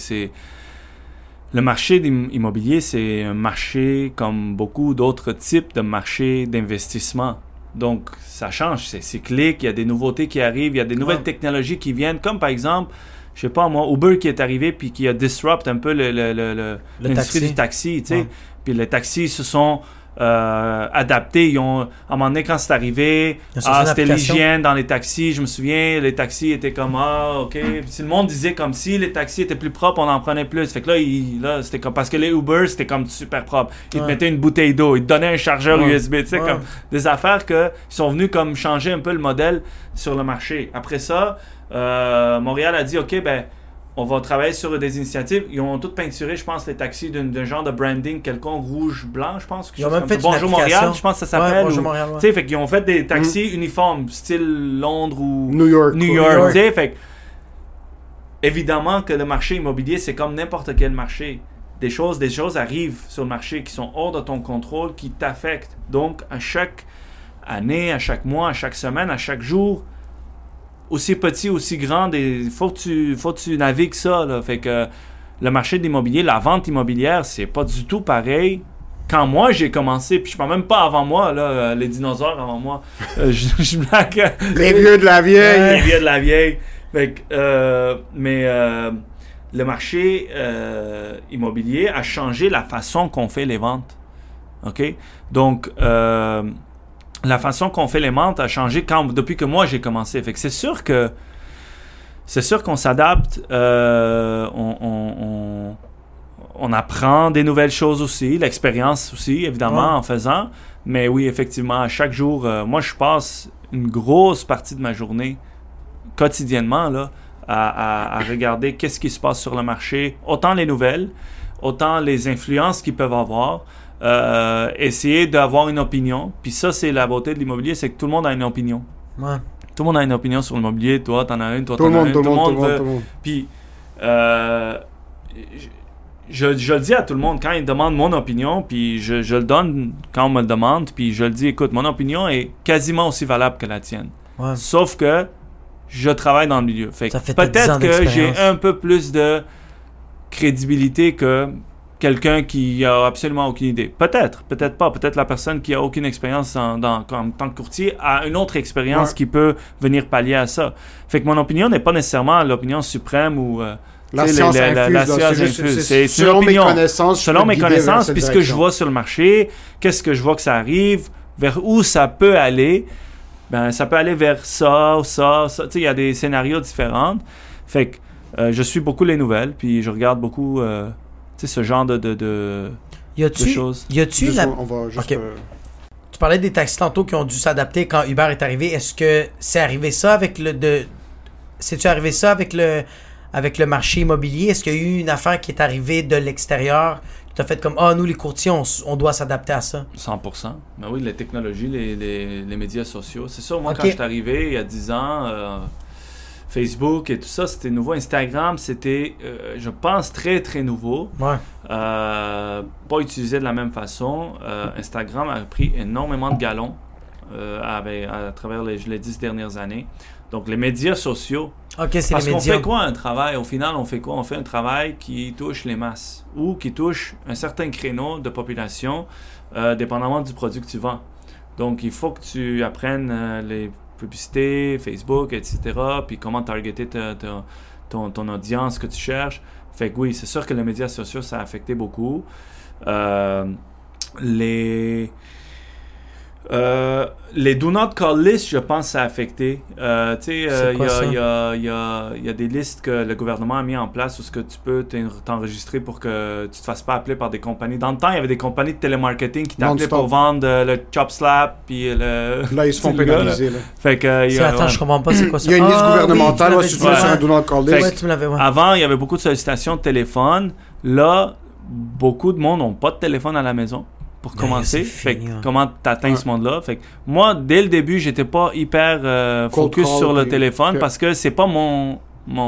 Le marché immobilier, c'est un marché comme beaucoup d'autres types de marchés d'investissement. Donc, ça change, c'est cyclique, il y a des nouveautés qui arrivent, il y a des nouvelles technologies qui viennent, comme par exemple, je sais pas moi, Uber qui est arrivé puis qui a disrupt un peu l'industrie du taxi, tu sais. Ouais. Puis les taxis se sont adaptés. Ils ont, à un moment donné, quand c'est arrivé, c'était l'hygiène dans les taxis. Je me souviens, les taxis étaient comme, OK. Puis le monde disait comme si les taxis étaient plus propres, on en prenait plus. Fait que là c'était comme, parce que les Uber, c'était comme super propre. Ils te mettaient une bouteille d'eau, ils te donnaient un chargeur USB, tu sais, comme des affaires qui sont venues comme changer un peu le modèle sur le marché. Après ça, Montréal a dit, OK, ben, on va travailler sur des initiatives. Ils ont toutes peinturé, je pense, les taxis d'un genre de branding quelconque, rouge-blanc, je pense. Ils ont même fait Bonjour Montréal, je pense que ça s'appelle. Bonjour Montréal, Tu sais, fait qu'ils ont fait des taxis uniformes, style Londres ou New York, tu sais, fait évidemment que le marché immobilier, c'est comme n'importe quel marché. Des choses arrivent sur le marché qui sont hors de ton contrôle, qui t'affectent. Donc, à chaque année, à chaque mois, à chaque semaine, à chaque jour, aussi petit, aussi grand, il faut que tu navigues ça, là. Fait que le marché de l'immobilier, la vente immobilière, c'est pas du tout pareil. Quand moi, j'ai commencé, puis je parle même pas avant moi, là, les dinosaures avant moi, je blague. Les vieux de la vieille. Les vieux de la vieille. Fait que, le marché immobilier a changé la façon qu'on fait les ventes. OK? Donc, la façon qu'on fait les ventes a changé depuis que moi j'ai commencé. Fait que c'est sûr qu'on s'adapte, on apprend des nouvelles choses aussi, l'expérience aussi, évidemment, en faisant. Mais oui, effectivement, à chaque jour, moi je passe une grosse partie de ma journée, quotidiennement, là, à regarder qu'est-ce qui se passe sur le marché, autant les nouvelles, autant les influences qu'ils peuvent avoir. Essayer d'avoir une opinion. Puis ça, c'est la beauté de l'immobilier, c'est que tout le monde a une opinion. Ouais. Tout le monde a une opinion sur l'immobilier. Toi, t'en as une, toi, t'en as une. Tout le monde veut. Puis, je le dis à tout le monde quand ils demandent mon opinion, puis je le donne quand on me le demande, puis je le dis, écoute, mon opinion est quasiment aussi valable que la tienne. Ouais. Sauf que je travaille dans le milieu. Fait ça fait peut-être que j'ai un peu plus de crédibilité que quelqu'un qui a absolument aucune idée. Peut-être pas. Peut-être la personne qui a aucune expérience en tant que courtier a une autre expérience qui peut venir pallier à ça. Fait que mon opinion n'est pas nécessairement l'opinion suprême ou la science infuse. C'est selon mes connaissances. Selon mes connaissances, puis ce que je vois sur le marché, qu'est-ce que je vois que ça arrive, vers où ça peut aller. Ben, ça peut aller vers ça. Tu sais, il y a des scénarios différents. Fait que je suis beaucoup les nouvelles, puis je regarde beaucoup... tu sais, ce genre de choses. Y a-tu on va juste... Okay. Tu parlais des taxis tantôt qui ont dû s'adapter quand Uber est arrivé. Est-ce que c'est arrivé ça avec c'est-tu arrivé ça avec le marché immobilier? Est-ce qu'il y a eu une affaire qui est arrivée de l'extérieur qui t'a fait comme, nous les courtiers, on doit s'adapter à ça? 100%. Ben oui, les technologies, les médias sociaux. C'est sûr, moi, quand je suis arrivé il y a 10 ans... Facebook et tout ça, c'était nouveau. Instagram, c'était, je pense, très, très nouveau. Ouais. Pas utilisé de la même façon. Instagram a pris énormément de galons à travers les 10 dernières années. Donc, les médias sociaux. OK, c'est parce les médias. qu'on fait quoi, un travail? Au final, on fait quoi? On fait un travail qui touche les masses ou qui touche un certain créneau de population, dépendamment du produit que tu vends. Donc, il faut que tu apprennes les publicité, Facebook, etc. Puis comment targeter ton audience que tu cherches. Fait que oui, c'est sûr que les médias sociaux, ça a affecté beaucoup. Les Do Not Call List, je pense, ça a affecté. Tu sais, il y a des listes que le gouvernement a mis en place où ce que tu peux t'enregistrer pour que tu te fasses pas appeler par des compagnies. Dans le temps, il y avait des compagnies de télémarketing qui t'appelaient pour vendre le Chop Slap puis le... Là, ils se font pénaliser. Fait que... Attends, je comprends pas c'est quoi ça. Il y a une liste gouvernementale si tu veux sur un Do Not Call List. Ouais, tu me l'avais, Avant, il y avait beaucoup de sollicitations de téléphone. Là, beaucoup de monde n'ont pas de téléphone à la maison. Pour commencer, fait que comment t'atteins ce monde-là. Fait que moi, dès le début, j'étais pas hyper focus sur le téléphone parce que c'est pas mon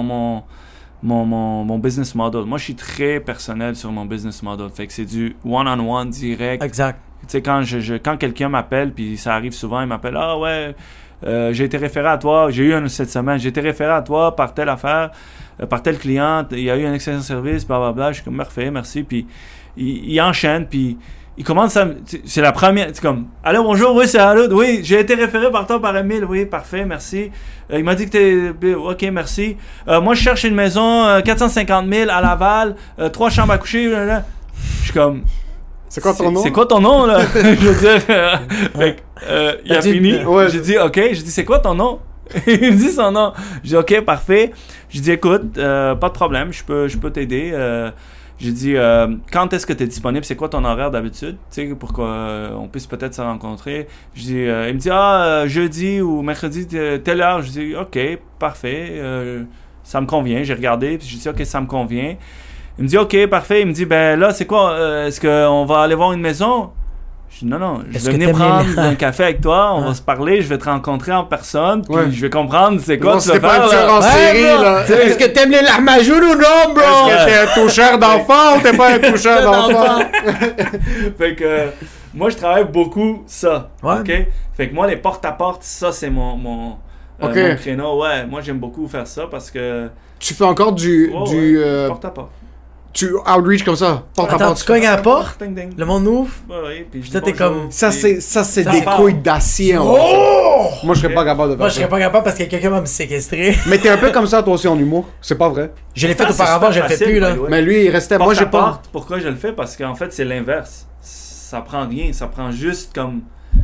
business model. Moi, je suis très personnel sur mon business model. Fait que c'est du one-on-one direct. Exact. Tu sais, quand quelqu'un m'appelle, puis ça arrive souvent, il m'appelle « Ah ouais, j'ai été référé à toi, j'ai eu une cette semaine, j'ai été référé à toi par telle affaire, par tel client, il y a eu un excellent service, blablabla. » Je suis comme « Parfait, merci. » Puis il enchaîne, puis il commence à... C'est la première... C'est comme... Allô, bonjour, oui, c'est Allô. Oui, j'ai été référé par toi, par Emile. Oui, parfait, merci. Il m'a dit que t'es... OK, merci. Moi, je cherche une maison, 450 000 à Laval, 3 chambres à coucher. Là. Je suis comme... C'est quoi ton nom? C'est quoi ton nom, là? Je veux dire... fait que, il a fini. Ouais. J'ai dit, OK. J'ai dit, c'est quoi ton nom? Il me dit son nom. J'ai dit, OK, parfait. J'ai dit, écoute, pas de problème, je peux t'aider. J'ai dit, quand est-ce que tu es disponible? C'est quoi ton horaire d'habitude? Tu sais, pour qu'on puisse peut-être se rencontrer. Je dis, il me dit, jeudi ou mercredi, telle heure. Je dis, OK, parfait. Ça me convient. J'ai regardé, puis j'ai dit, OK, ça me convient. Il me dit, OK, parfait. Il me dit, ben là, c'est quoi? Est-ce qu'on va aller voir une maison? Je dis, non, je vais venir prendre un café avec toi, on va se parler, je vais te rencontrer en personne, puis je vais comprendre c'est quoi tu vas faire. C'est pas un tueur en série, là. Est-ce que t'aimes les larmajoules ou non, bro? Est-ce que t'es un toucheur d'enfant ou t'es pas un toucheur d'enfant? Fait que, moi, je travaille beaucoup ça, OK? Fait que moi, les porte-à-porte, ça, c'est mon créneau. Ouais, moi, j'aime beaucoup faire ça parce que... Tu fais encore du porte-à-porte. Tu outreach comme ça, porte à porte. Tu cognes à la porte, ding, ding. Le monde ouvre, puis toi t'es comme... Ça c'est des couilles d'acier. Moi je serais pas capable de faire ça. Moi je serais pas capable parce que quelqu'un va me séquestrer. Mais t'es un peu comme ça toi aussi en humour, c'est pas vrai? Je l'ai fait auparavant, je le fais plus là. Mais lui il restait... Moi j'ai pas... Pourquoi je le fais? Parce qu'en fait c'est l'inverse. Ça prend rien, ça prend juste comme...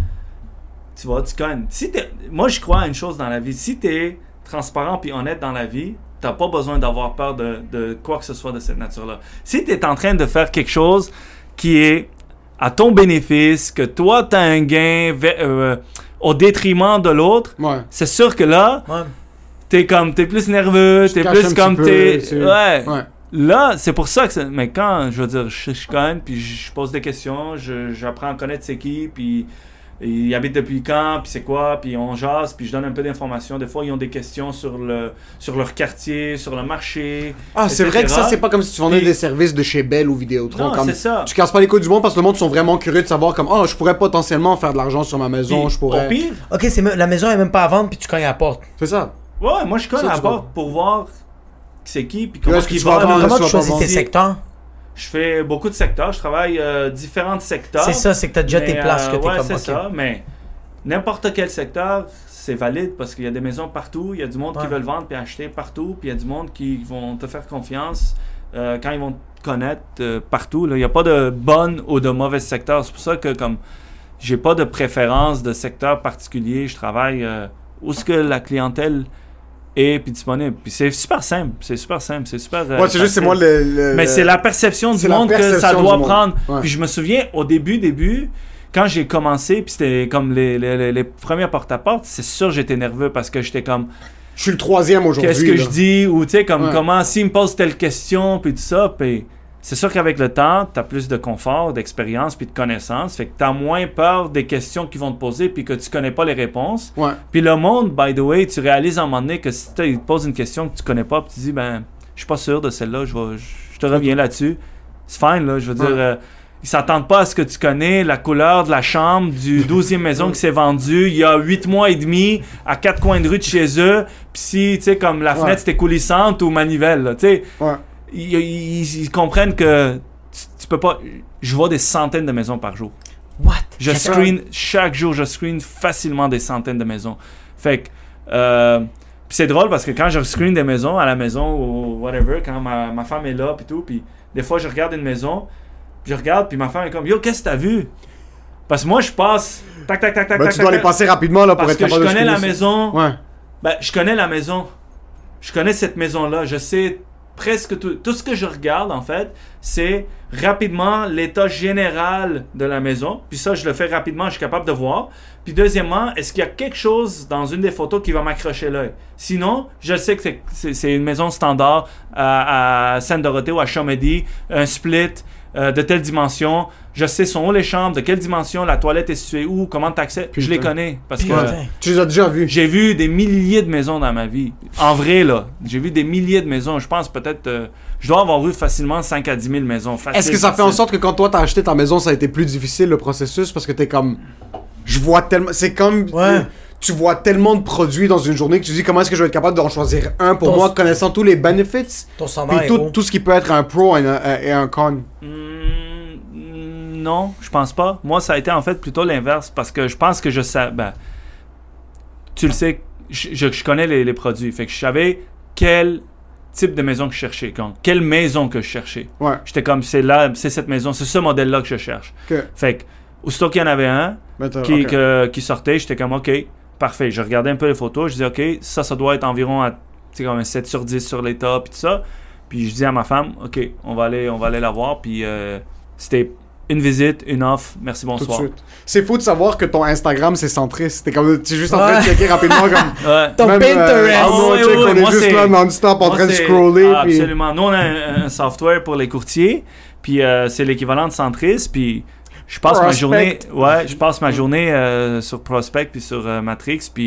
Tu vois, tu cognes. Moi je crois à une chose dans la vie, si t'es transparent puis honnête dans la vie, t'as pas besoin d'avoir peur de quoi que ce soit de cette nature-là. Si tu es en train de faire quelque chose qui est à ton bénéfice, que toi, tu as un gain au détriment de l'autre, c'est sûr que là, t'es plus nerveux, t'es plus comme Là, c'est pour ça que... Mais quand, je veux dire, je cogne, puis je pose des questions, j'apprends à connaître c'est qui, puis... Ils habitent depuis quand, puis c'est quoi, puis on jase, puis je donne un peu d'informations. Des fois, ils ont des questions sur leur quartier, sur le marché. Ah, c'est vrai que ça, c'est pas comme si tu vendais des services de chez Bell ou Vidéotron. Non, c'est ça. Tu casses pas les couilles du monde parce que le monde sont vraiment curieux de savoir comme, je pourrais potentiellement faire de l'argent sur ma maison, puis, je pourrais... Au pire... OK, la maison est même pas à vendre, puis tu cognes à la porte. C'est ça. Ouais, moi je cogne à la porte pour voir c'est qui, puis comment il va. Comment tu choisis tes secteurs? Je fais beaucoup de secteurs, je travaille différents secteurs. C'est ça, c'est que tu as déjà tes places que tu es comme... c'est ça, mais n'importe quel secteur, c'est valide parce qu'il y a des maisons partout, il y a du monde qui veulent vendre puis acheter partout, puis il y a du monde qui vont te faire confiance quand ils vont te connaître partout. Il n'y a pas de bon ou de mauvais secteur. C'est pour ça que comme j'ai pas de préférence de secteur particulier, je travaille où est-ce que la clientèle est puis disponible. Puis c'est super simple, c'est super... c'est juste, c'est moi Mais c'est la perception du monde que ça doit prendre. Puis je me souviens, au début, quand j'ai commencé, puis c'était comme les premiers porte-à-porte, c'est sûr j'étais nerveux parce que j'étais comme... Je suis le troisième aujourd'hui. Qu'est-ce que je dis? Ou tu sais, comme comment, s'il me pose telle question, puis tout ça, puis... C'est sûr qu'avec le temps, tu as plus de confort, d'expérience puis de connaissances. Fait que tu as moins peur des questions qu'ils vont te poser puis que tu connais pas les réponses. Puis le monde, by the way, tu réalises à un moment donné que si tu te poses une question que tu connais pas puis tu dis, je suis pas sûr de celle-là, je te reviens là-dessus. C'est fine, là. Je veux dire, ils s'attendent pas à ce que tu connais la couleur de la chambre du 12e maison qui s'est vendue il y a 8 mois et demi à 4 coins de rue de chez eux. Puis si, tu sais, comme la fenêtre c'était coulissante ou manivelle, tu sais. Ils comprennent que tu peux pas... Je vois des centaines de maisons par jour. What? Chaque jour, je screen facilement des centaines de maisons. Fait que... Puis c'est drôle parce que quand je screen des maisons à la maison ou whatever, quand ma femme est là puis tout, puis des fois je regarde une maison, puis je regarde, puis ma femme est comme « Yo, qu'est-ce que t'as vu? » Parce que moi, je passe... Tac, tac, tac, tac, tu dois les passer rapidement là, pour être capable de... Parce que je connais la maison. Ouais. Je connais la maison. Je connais cette maison-là. Je sais presque tout. Tout ce que je regarde, en fait, c'est rapidement l'état général de la maison. Puis ça, je le fais rapidement, je suis capable de voir. Puis deuxièmement, est-ce qu'il y a quelque chose dans une des photos qui va m'accrocher l'œil? Sinon, je sais que c'est une maison standard à Sainte-Dorothée ou à Chomedey, un split de telle dimension. Je sais sont où les chambres, de quelle dimension, la toilette est située où, comment t'accèdes. Je les connais. Parce que tu les as déjà vus. J'ai vu des milliers de maisons dans ma vie. En vrai, là. J'ai vu des milliers de maisons. Je pense peut-être... je dois avoir vu facilement 5 à 10 000 maisons. Est-ce que ça fait en sorte que quand toi t'as acheté ta maison, ça a été plus difficile le processus? Parce que t'es comme... Je vois tellement... C'est comme... Ouais. Tu vois tellement de produits dans une journée que tu dis comment est-ce que je vais être capable d'en choisir un pour moi, connaissant tous les benefits. Puis tout ce qui peut être un pro et un con. Non, je pense pas. Moi, ça a été en fait plutôt l'inverse parce que je pense que je sais. Tu le sais, je connais les produits. Fait que je savais quel type de maison que je cherchais. Quelle maison que je cherchais. Ouais. J'étais comme, c'est cette maison, c'est ce modèle-là que je cherche. Okay. Fait que, aussitôt qu'il y en avait un qui sortait, j'étais comme, OK, parfait. Je regardais un peu les photos, je disais, OK, ça doit être environ à comme un 7 sur 10 sur l'état, puis tout ça. Puis je dis à ma femme, OK, on va aller la voir. Puis c'était une visite, une offre, merci, bonsoir. Tout de suite. C'est fou de savoir que ton Instagram, c'est centriste. Tu es juste en train de checker rapidement comme... Ton Pinterest. On est juste là non-stop en train de scroller. Absolument. Nous, on a un software pour les courtiers, puis c'est l'équivalent de centriste, puis je passe ma journée sur Prospect, puis sur Matrix, puis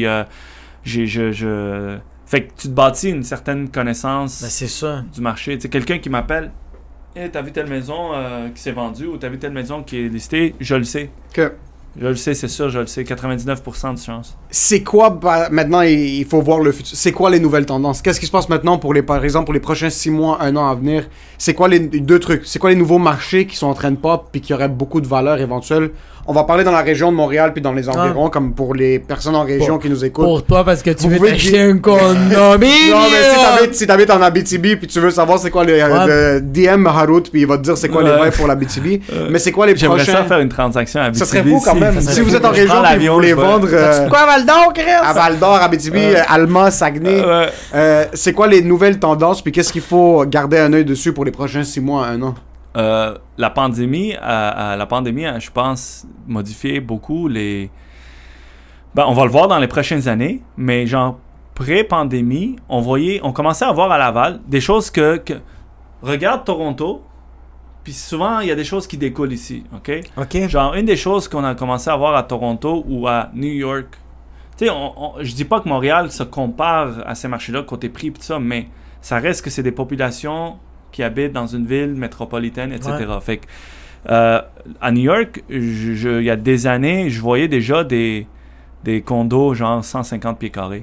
fait que tu te bâtis une certaine connaissance c'est ça. Du marché. Tu sais, quelqu'un qui m'appelle... Hey, t'as vu telle maison qui s'est vendue ou t'as vu telle maison qui est listée, je le sais. Je le sais, c'est sûr, je le sais. 99% de chance. C'est quoi, maintenant, il faut voir le futur. C'est quoi les nouvelles tendances? Qu'est-ce qui se passe maintenant, par exemple, pour les prochains 6 mois, 1 an à venir? C'est quoi les deux trucs? C'est quoi les nouveaux marchés qui sont en train de pop puis qui auraient beaucoup de valeur éventuelle? On va parler dans la région de Montréal puis dans les environs, comme pour les personnes en région qui nous écoutent. Pour toi, parce que tu veux t'acheter un condominium. Non, mais si t'habites en Abitibi puis tu veux savoir c'est quoi les DM Harout puis il va te dire c'est quoi les vrais pour l'Abitibi. Mais c'est quoi les prochains... J'aimerais ça faire une transaction à Abitibi. Ça serait fou quand même. Si vous êtes en région et vous voulez vendre... Quoi à Val-d'Or, Chris? À Val-d'Or, Abitibi, Alma, Saguenay. C'est quoi les nouvelles tendances puis qu'est-ce qu'il faut garder un œil dessus pour les prochains 6 mois à 1 an? La pandémie, a, je pense, modifié beaucoup les... on va le voir dans les prochaines années, mais genre, pré-pandémie, on commençait à voir à Laval des choses que... Regarde Toronto, puis souvent, il y a des choses qui découlent ici, OK? Genre, une des choses qu'on a commencé à voir à Toronto ou à New York, tu sais, je dis pas que Montréal se compare à ces marchés-là côté prix et tout ça, mais ça reste que c'est des populations qui habitent dans une ville métropolitaine, etc. Ouais. Fait que, à New York, il y a des années, je voyais déjà des condos genre 150 pieds carrés.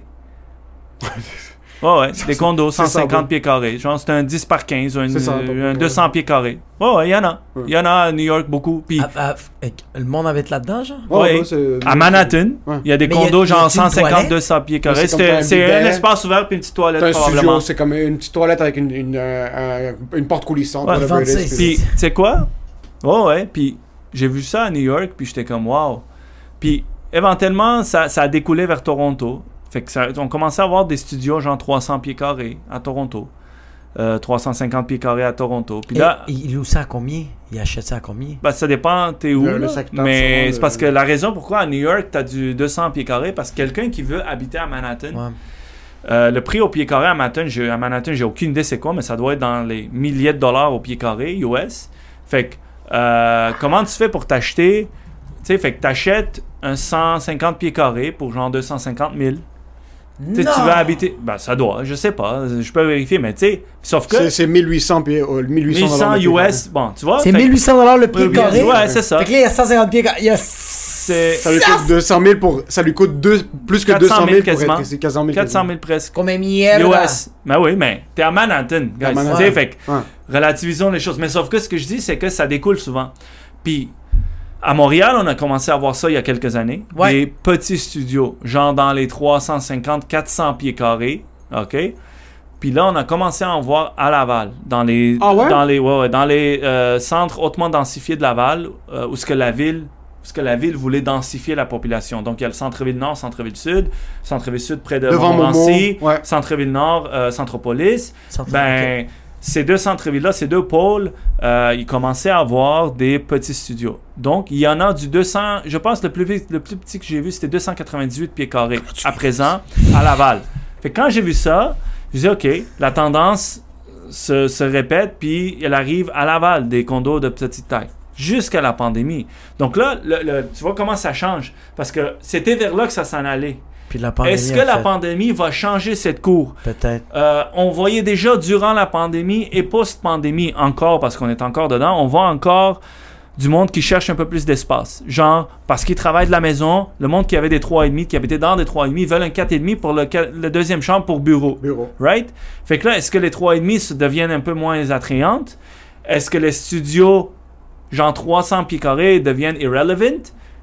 Des condos 150 pieds carrés. Genre, c'est un 10 par 15 ou un 200 pieds carrés. Il y en a. Il y en a à New York beaucoup. Puis, le monde habite là-dedans, genre? À Manhattan, il y a des condos genre 150, 200 pieds carrés. C'est un espace ouvert puis une petite toilette, probablement. C'est comme une petite toilette avec une porte coulissante. Puis, tu sais quoi? Puis, j'ai vu ça à New York, puis j'étais comme, wow. Puis, éventuellement, ça a découlé vers Toronto. Fait que on commençait à avoir des studios genre 300 pieds carrés à Toronto. 350 pieds carrés à Toronto. Puis là, il loue ça à combien? Il achète ça à combien? Ça dépend, t'es où. Mais c'est parce que la raison pourquoi à New York, t'as du 200 pieds carrés, parce que quelqu'un qui veut habiter à Manhattan, le prix au pied carré à Manhattan, j'ai aucune idée c'est quoi, mais ça doit être dans les milliers de dollars au pied carré, US. Fait que, comment tu fais pour t'acheter? Tu sais, fait que t'achètes un 150 pieds carrés pour genre 250 000. Tu veux habiter... ça doit, je sais pas, je peux vérifier, mais tu sais, sauf que... C'est 1800 pieds, 1800 US, bon, tu vois... C'est 1800$ le pied carré? Ouais, c'est ça. Fait que là, il y a 150 pieds carrés, ça lui coûte 200 000 pour... Ça lui coûte plus que 200 000 quasiment. Pour être ici, 400 000 400 000 presque. Combien de US. Ben oui, mais t'es à Manhattan, guys. Tu sais, fait que relativisons les choses. Mais sauf que ce que je dis, c'est que ça découle souvent. Puis... À Montréal, on a commencé à voir ça il y a quelques années. Des petits studios, genre dans les 350, 400 pieds carrés, OK? Puis là, on a commencé à en voir à Laval, dans les centres hautement densifiés de Laval, où ce que la ville parce que la ville voulait densifier la population. Donc, il y a le centre-ville nord, centre-ville sud, centre-ville sud près de Montmorency, centre-ville nord, Centropolis. Ces deux centres-villes-là, ces deux pôles, ils commençaient à avoir des petits studios. Donc, il y en a du 200, je pense le plus petit que j'ai vu, c'était 298 pieds carrés à présent à Laval. Fait que quand j'ai vu ça, je disais, OK, la tendance se répète, puis elle arrive à Laval, des condos de petite taille, jusqu'à la pandémie. Donc là, tu vois comment ça change, parce que c'était vers là que ça s'en allait. Est-ce que la pandémie va changer cette cour? Peut-être. On voyait déjà durant la pandémie et post-pandémie encore, parce qu'on est encore dedans, on voit encore du monde qui cherche un peu plus d'espace. Genre, parce qu'ils travaillent de la maison, le monde qui avait des 3,5, qui habitait dans des 3,5, veulent un 4,5 pour le deuxième chambre pour bureau. Right? Fait que là, est-ce que les 3,5 deviennent un peu moins attrayantes? Est-ce que les studios, genre 300 pieds carrés, deviennent irrelevant?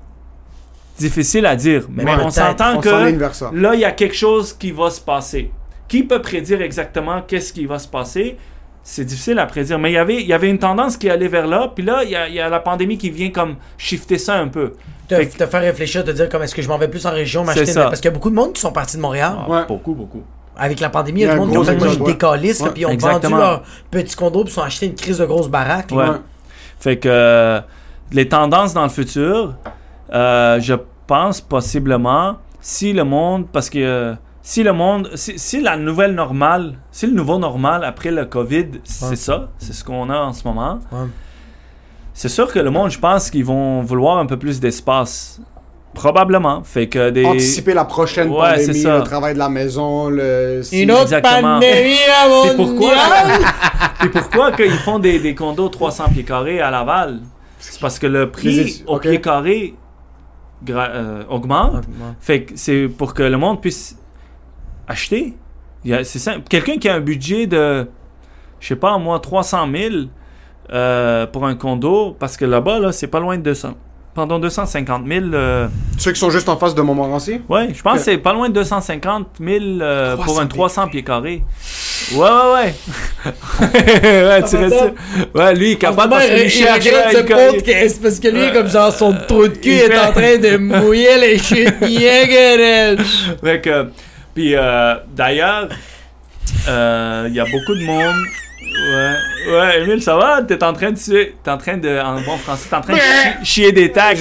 Difficile à dire, mais on s'entend que là, il y a quelque chose qui va se passer. Qui peut prédire exactement qu'est-ce qui va se passer? C'est difficile à prédire, mais il y avait une tendance qui allait vers là, puis là, il y a la pandémie qui vient comme shifter ça un peu. Te faire réfléchir, te dire comme est-ce que je m'en vais plus en région m'acheter parce qu'il y a beaucoup de monde qui sont partis de Montréal. Beaucoup. Avec la pandémie, il y a du monde qui ont fait moi je décalisse, puis ils ont vendu leur petit condo, puis ils ont acheté une crise de grosse baraque. Fait que les tendances dans le futur, je pense possiblement si le monde, parce que si la nouvelle normale, si le nouveau normal après le COVID, c'est ça, c'est ce qu'on a en ce moment, c'est sûr que le monde, je pense qu'ils vont vouloir un peu plus d'espace. Probablement. Fait que anticiper la prochaine pandémie, le travail de la maison, une autre pandémie mondiale! Et pourquoi qu'ils font des condos 300 pieds carrés à Laval? C'est parce que le prix au pied carré augmente. Fait que c'est pour que le monde puisse acheter. C'est simple. Quelqu'un qui a un budget de, je sais pas moi, 300 000 pour un condo, parce que là-bas, c'est pas loin de 250 000. Ceux qui sont juste en face de Montmorency? Oui, je pense que c'est pas loin de 250 000 pour un 300 pieds carrés. Ouais. Tu restes ça. Ouais, lui, il est capable parce que lui, comme genre, son trou de cul est en train de mouiller les chutes Niagara. Fait que, puis d'ailleurs, il y a beaucoup de monde. Ouais, Émile, ça va? T'es en train de, en bon français, t'es en train de chier des tags.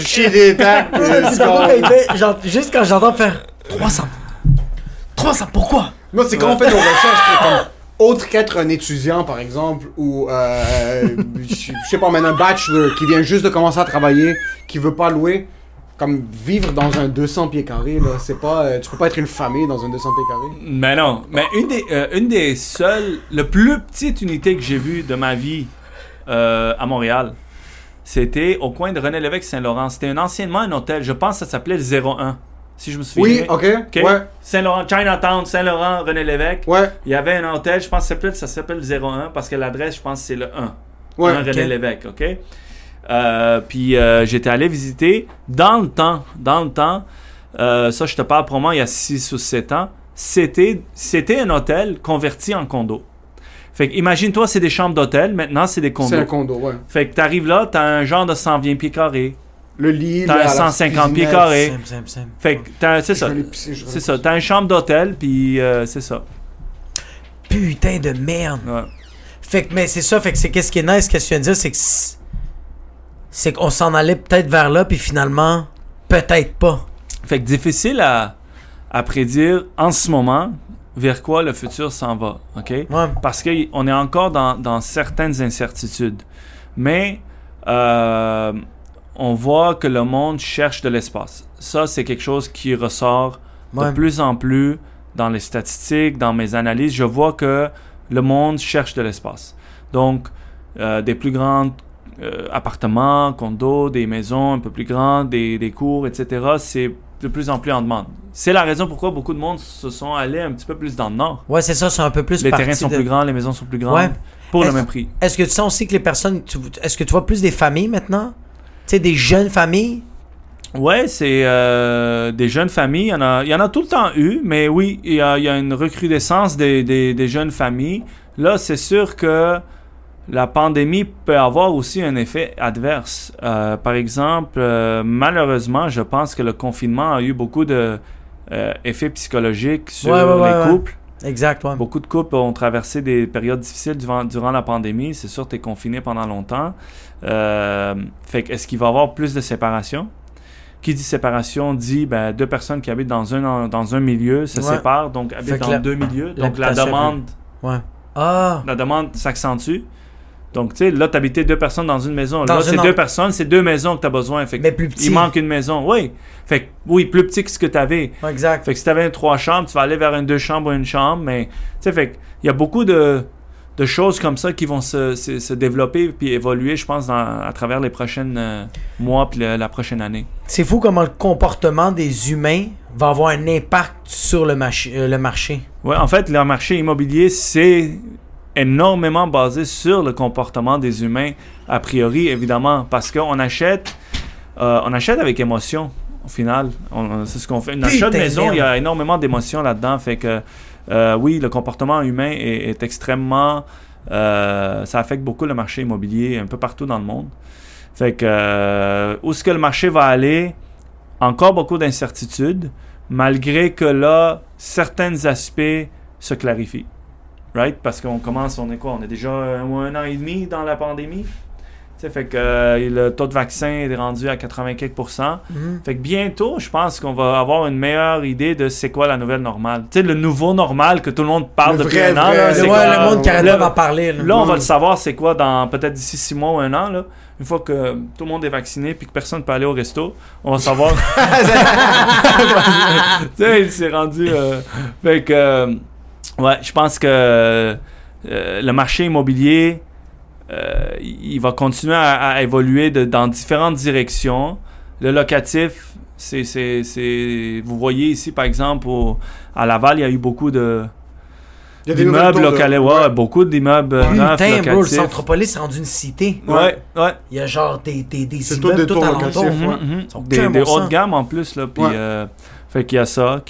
Juste quand j'entends faire 300, pourquoi? Non, c'est quand on fait nos recherches, comme autre qu'être un étudiant, par exemple, ou, je sais pas, un bachelor qui vient juste de commencer à travailler, qui veut pas louer. Comme vivre dans un 200 pieds carrés, là, c'est pas... tu peux pas être une famille dans un 200 pieds carrés. Mais non. Mais une des seules... Le plus petite unité que j'ai vue de ma vie à Montréal, c'était au coin de René Lévesque Saint-Laurent. C'était anciennement un hôtel. Je pense que ça s'appelait le 01. Si je me souviens. Oui, OK. Ouais. Saint-Laurent, Chinatown, Saint-Laurent, René Lévesque. Ouais. Il y avait un hôtel, je pense que ça s'appelle le 01 parce que l'adresse, je pense, c'est le 1. Ouais. 1 René Lévesque, OK? Puis j'étais allé visiter dans le temps, ça je te parle probablement il y a 6 ou 7 ans, c'était un hôtel converti en condo. Fait que imagine-toi, c'est des chambres d'hôtel, maintenant c'est des condos. C'est un condo, ouais. Fait que t'arrives là, t'as un genre de 120 pieds carrés. Le lit, t'as un 150 pieds carrés. Simple. Fait que c'est ça, t'as une chambre d'hôtel, puis c'est ça. Putain de merde. Ouais. Fait que, mais c'est ça, fait que c'est qu'est-ce qui est nice, qu'est-ce que tu viens de dire, c'est qu'on s'en allait peut-être vers là, puis finalement, peut-être pas. Fait que difficile à prédire en ce moment vers quoi le futur s'en va, OK? Ouais. Parce qu'on est encore dans certaines incertitudes. Mais on voit que le monde cherche de l'espace. Ça, c'est quelque chose qui ressort de plus en plus dans les statistiques, dans mes analyses. Je vois que le monde cherche de l'espace. Donc, des plus grands appartements, condos, des maisons un peu plus grandes, des cours, etc. C'est de plus en plus en demande. C'est la raison pourquoi beaucoup de monde se sont allés un petit peu plus dans le nord. Ouais, c'est ça, c'est un peu plus les terrains sont plus grands, les maisons sont plus grandes, pour le même prix. Est-ce que tu sens aussi que les personnes... Est-ce que tu vois plus des familles maintenant? Tu sais, des jeunes familles? Ouais, c'est des jeunes familles. Il y en a tout le temps eu, mais oui, il y a une recrudescence des jeunes familles. Là, c'est sûr que la pandémie peut avoir aussi un effet adverse. Par exemple, malheureusement, je pense que le confinement a eu beaucoup d'effets psychologiques sur les couples. Exact, ouais. Beaucoup de couples ont traversé des périodes difficiles durant la pandémie. C'est sûr, tu es confiné pendant longtemps. Fait que est-ce qu'il va y avoir plus de séparation? Qui dit séparation dit deux personnes qui habitent dans un milieu se séparent, donc habitent dans deux milieux. Donc la demande, la demande s'accentue. Donc, tu sais, là, t'habitais 2 personnes dans une maison. Là, c'est 2 personnes, c'est 2 maisons que t'as besoin. Fait que mais plus petit. Il manque une maison. Oui. Fait que, oui, plus petit que ce que t'avais. Exact. Fait que si t'avais 3 chambres, tu vas aller vers une 2 chambres ou une chambre. Mais, tu sais, fait il y a beaucoup de choses comme ça qui vont se développer puis évoluer, je pense, à travers les prochains mois puis la prochaine année. C'est fou comment le comportement des humains va avoir un impact sur le marché. Oui, en fait, le marché immobilier, c'est énormément basé sur le comportement des humains, a priori, évidemment, parce qu'on achète avec émotion, au final. C'est ce qu'on fait. Un achat de maison, il y a énormément d'émotions là-dedans, fait que oui, le comportement humain est extrêmement... ça affecte beaucoup le marché immobilier un peu partout dans le monde. Fait que où est-ce que le marché va aller? Encore beaucoup d'incertitudes, malgré que là, certains aspects se clarifient. Right? Parce qu'on commence, on est déjà un an et demi dans la pandémie. Tu sais, fait que le taux de vaccin est rendu à 80 quelques %. Fait que bientôt, je pense qu'on va avoir une meilleure idée de c'est quoi la nouvelle normale. Tu sais, le nouveau normal que tout le monde parle depuis un an. Le monde qui arrête pas d'en parler. Là, on va le savoir c'est quoi dans peut-être d'ici 6 mois ou un an. Là. Une fois que tout le monde est vacciné puis que personne ne peut aller au resto, on va savoir. Tu sais, il s'est rendu... Fait que... ouais, je pense que le marché immobilier, il va continuer à évoluer dans différentes directions. Le locatif, vous voyez ici, par exemple, à Laval, il y a eu beaucoup d'immeubles locaux, beaucoup d'immeubles neufs locatifs. Bro, le Centropolis est rendu une cité. Ouais. Il y a genre des immeubles tout alentour. Des hautes gammes en plus, là, puis... fait qu'il y a ça,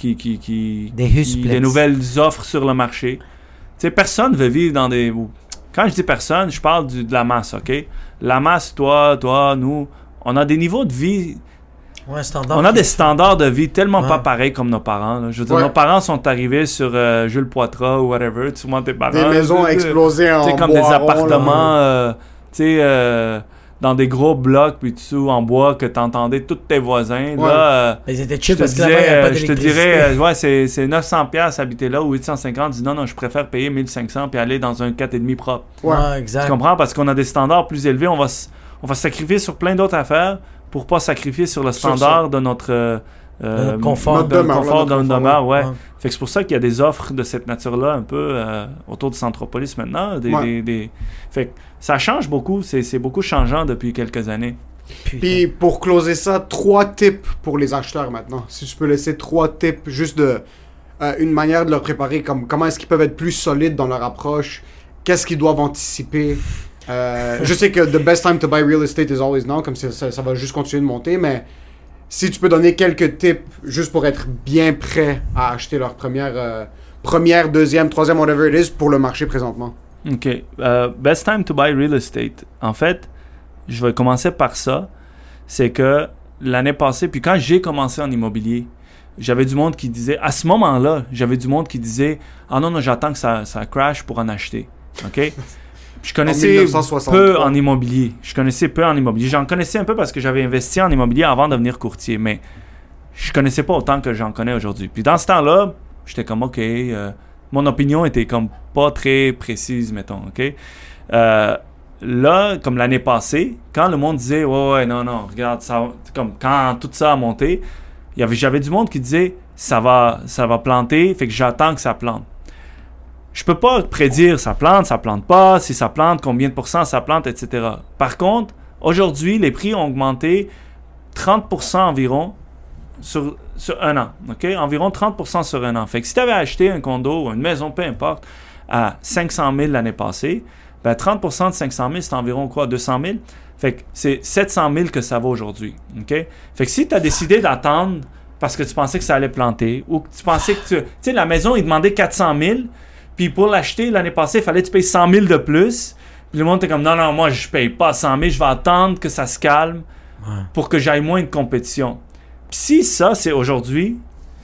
des nouvelles offres sur le marché. Tu sais, personne veut vivre dans des... Quand je dis personne, je parle de la masse, OK? La masse, toi, nous, on a des niveaux de vie... Ouais, standard. On a des standards de vie tellement pas pareils comme nos parents. Là. Je veux dire, nos parents sont arrivés sur Jules Poitras ou whatever. Tu vois, tes parents... Des maisons explosées en bois. Comme des appartements, tu sais... dans des gros blocs puis tout en bois que t'entendais tous tes voisins. Ouais. Là, ils étaient chill parce que là-bas, il n'y avait pas d'électricité. Je te dirais, c'est 900$ habiter là ou 850$. Je dis non, je préfère payer 1500$ puis aller dans un 4,5 propre. Ouais, exact. Tu comprends? Parce qu'on a des standards plus élevés. On va sacrifier sur plein d'autres affaires pour pas sacrifier sur le standard de notre... confort de notre demeure, ouais. Fait que c'est pour ça qu'il y a des offres de cette nature-là un peu autour du Centropolis maintenant. Fait que ça change beaucoup. C'est beaucoup changeant depuis quelques années. Puis pour closer ça, 3 tips pour les acheteurs maintenant. Si tu peux laisser 3 tips, juste une manière de leur préparer, comment est-ce qu'ils peuvent être plus solides dans leur approche, qu'est-ce qu'ils doivent anticiper. Je sais que the best time to buy real estate is always now, comme ça va juste continuer de monter, mais si tu peux donner quelques tips juste pour être bien prêt à acheter leur première, deuxième, troisième, whatever it is, pour le marché présentement. OK. Best time to buy real estate. En fait, je vais commencer par ça. C'est que l'année passée, puis quand j'ai commencé en immobilier, j'avais du monde qui disait, à ce moment-là, ah non, j'attends que ça crash pour en acheter. OK? Je connaissais peu en immobilier. J'en connaissais un peu parce que j'avais investi en immobilier avant de devenir courtier, mais je connaissais pas autant que j'en connais aujourd'hui. Puis dans ce temps-là, j'étais comme, OK, mon opinion était comme pas très précise, mettons, OK? Là, comme l'année passée, quand le monde disait, ouais, non, regarde, ça, comme quand tout ça a monté, j'avais du monde qui disait, ça va planter, fait que j'attends que ça plante. Je peux pas prédire ça plante pas, si ça plante, combien de pourcents ça plante, etc. Par contre, aujourd'hui, les prix ont augmenté 30% environ sur un an. OK? Environ 30% sur un an. Fait que si tu avais acheté un condo ou une maison, peu importe, à 500 000 l'année passée, ben 30% de 500 000, c'est environ quoi? 200 000? Fait que c'est 700 000 que ça vaut aujourd'hui. OK? Fait que si tu as décidé d'attendre parce que tu pensais que ça allait planter ou que tu pensais que tu sais, la maison, il demandait 400 000. Puis pour l'acheter l'année passée, il fallait que tu payes 100 000 de plus. Puis le monde est comme, non, moi, je paye pas 100 000, je vais attendre que ça se calme pour que j'aille moins de compétition. Puis si ça, c'est aujourd'hui,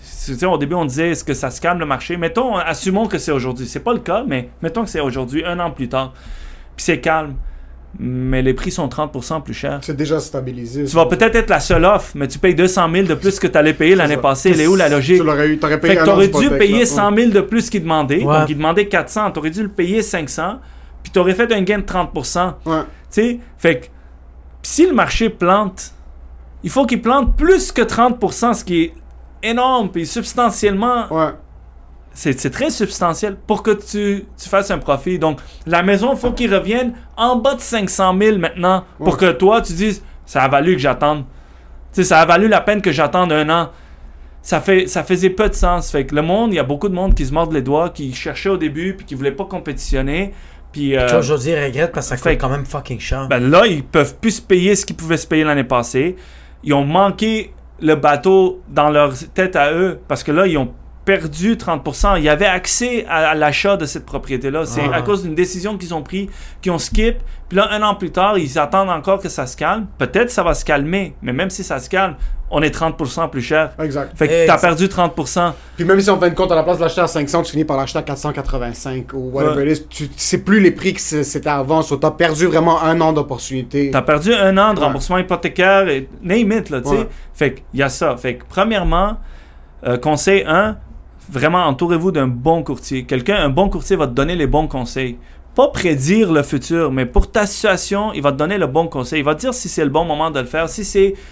au début, on disait, est-ce que ça se calme le marché? Assumons que c'est aujourd'hui. C'est pas le cas, mais mettons que c'est aujourd'hui, 1 an plus tard. Puis c'est calme. Mais les prix sont 30% plus chers. C'est déjà stabilisé. Tu vas peut-être être la seule offre, mais tu payes 200 000 de plus que tu allais payer l'année passée. Elle est où la logique? T'aurais payé t'aurais dû payer 100 000 de plus qu'ils demandaient. Ouais. Donc, ils demandaient 400. T'aurais dû le payer 500. Puis t'aurais fait un gain de 30%. Ouais. Tu sais? Fait que si le marché plante, il faut qu'il plante plus que 30%, ce qui est énorme. Puis substantiellement... Ouais. C'est très substantiel pour que tu fasses un profit. Donc, la maison, il faut qu'il revienne en bas de 500 000 maintenant pour que toi, tu dises, ça a valu que j'attende. Tu sais, ça a valu la peine que j'attende 1 an. Ça faisait peu de sens. Fait que le monde, il y a beaucoup de monde qui se mordent les doigts, qui cherchait au début, puis qui voulait pas compétitionner. Puis aujourd'hui, ils regrettent parce que ça coûte quand même fucking cher. Ben là, ils peuvent plus se payer ce qu'ils pouvaient se payer l'année passée. Ils ont manqué le bateau dans leur tête à eux parce que là, ils ont perdu 30%. Ils avaient accès à l'achat de cette propriété-là. C'est à cause d'une décision qu'ils ont prise, qu'ils ont skip. Puis là, 1 an plus tard, ils attendent encore que ça se calme. Peut-être ça va se calmer, mais même si ça se calme, on est 30% plus cher. Exact. Fait que t'as perdu 30%. Puis même si on fait une compte à la place de l'acheter à 500, tu finis par l'acheter à 485 ou whatever it is. C'est plus les prix que c'était avant. So, t'as perdu vraiment 1 an d'opportunité. T'as perdu 1 an de remboursement hypothécaire et name it, là, tu sais. Fait qu'il y a ça. Fait que premièrement, conseil 1, vraiment, entourez-vous d'un bon courtier. Un bon courtier va te donner les bons conseils. Pas prédire le futur, mais pour ta situation, il va te donner le bon conseil. Il va te dire si c'est le bon moment de le faire, si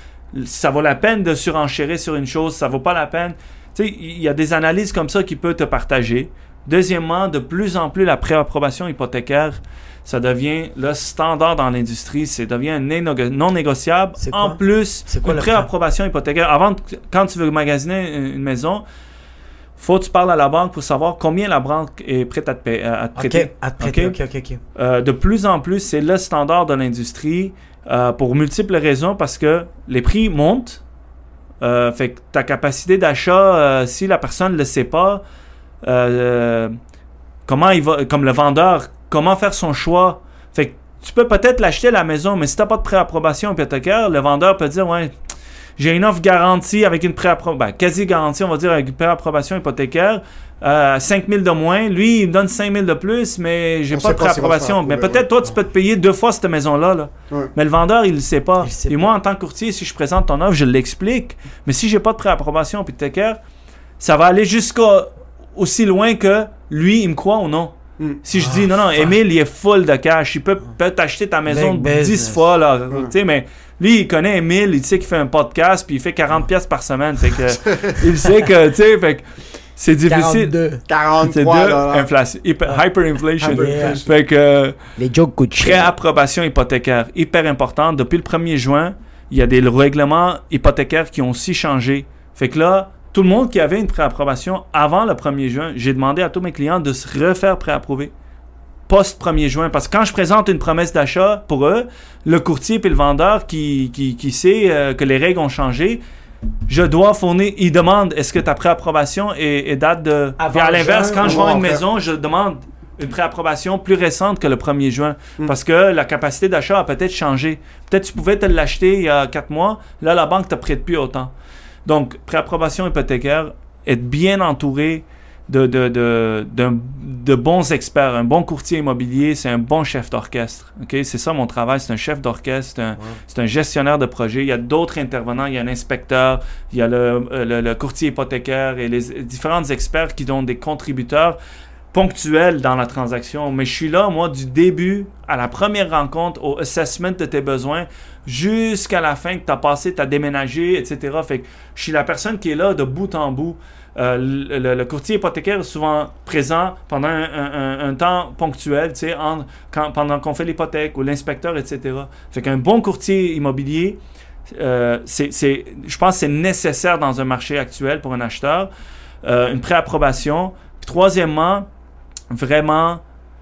ça vaut la peine de surenchérir sur une chose, ça vaut pas la peine. Tu sais, il y a des analyses comme ça qu'il peut te partager. Deuxièmement, de plus en plus, la préapprobation hypothécaire, ça devient le standard dans l'industrie. Ça devient non négociable. En plus, une préapprobation hypothécaire. Quand tu veux magasiner une maison, faut que tu parles à la banque pour savoir combien la banque est prête à te prêter. OK. De plus en plus, c'est le standard de l'industrie pour multiples raisons parce que les prix montent. Fait que ta capacité d'achat, si la personne ne le sait pas, comment il va, comme le vendeur, comment faire son choix. Fait que tu peux peut-être l'acheter la maison, mais si tu n'as pas de préapprobation hypothécaire, le vendeur peut dire, ouais, j'ai une offre garantie avec une préapprobation, quasi garantie, on va dire, avec une préapprobation hypothécaire, 5 000 de moins. Lui, il me donne 5 000 de plus, mais j'ai pas de préapprobation. Mais peut-être, toi, tu peux te payer 2 fois cette maison-là. Là. Ouais. Mais le vendeur, il le sait pas. Et moi, en tant que courtier, si je présente ton offre, je l'explique. Mais si j'ai pas de préapprobation hypothécaire, ça va aller aussi loin que lui, il me croit ou non. Si je dis, non, Émile, il est full de cash. Il peut t'acheter ta maison 10 fois, là. Tu sais, mais lui, il connaît Émile, il sait qu'il fait un podcast, puis il fait 40$ par semaine. Fait que, il sait que, tu sais, fait que c'est difficile. 43 inflation, hyperinflation. Fait que, les jokes coûtent cher. Préapprobation hypothécaire, hyper importante. Depuis le 1er juin, il y a des règlements hypothécaires qui ont aussi changé. Fait que là, tout le monde qui avait une préapprobation avant le 1er juin, j'ai demandé à tous mes clients de se refaire préapprouver post 1er juin. Parce que quand je présente une promesse d'achat pour eux, le courtier et le vendeur qui sait que les règles ont changé, je dois fournir, il demande est-ce que ta préapprobation est date de... Puis à l'inverse, quand je vends une maison, je demande une préapprobation plus récente que le 1er juin. Parce que la capacité d'achat a peut-être changé. Peut-être tu pouvais te l'acheter il y a 4 mois, là la banque ne te prête plus autant. Donc, préapprobation hypothécaire, être bien entouré de bons experts. Un bon courtier immobilier, c'est un bon chef d'orchestre. Okay? C'est ça mon travail, c'est un chef d'orchestre, c'est un gestionnaire de projet. Il y a d'autres intervenants, il y a un inspecteur, il y a le courtier hypothécaire et les différents experts qui donnent des contributeurs ponctuels dans la transaction. Mais je suis là, moi, du début à la première rencontre, au assessment de tes besoins, jusqu'à la fin que tu as passé, tu as déménagé, etc. Fait que je suis la personne qui est là de bout en bout. Le courtier hypothécaire est souvent présent pendant un temps ponctuel, tu sais, pendant qu'on fait l'hypothèque ou l'inspecteur, etc. Fait qu'un bon courtier immobilier, je pense que c'est nécessaire dans un marché actuel pour un acheteur. Une préapprobation. Puis troisièmement, vraiment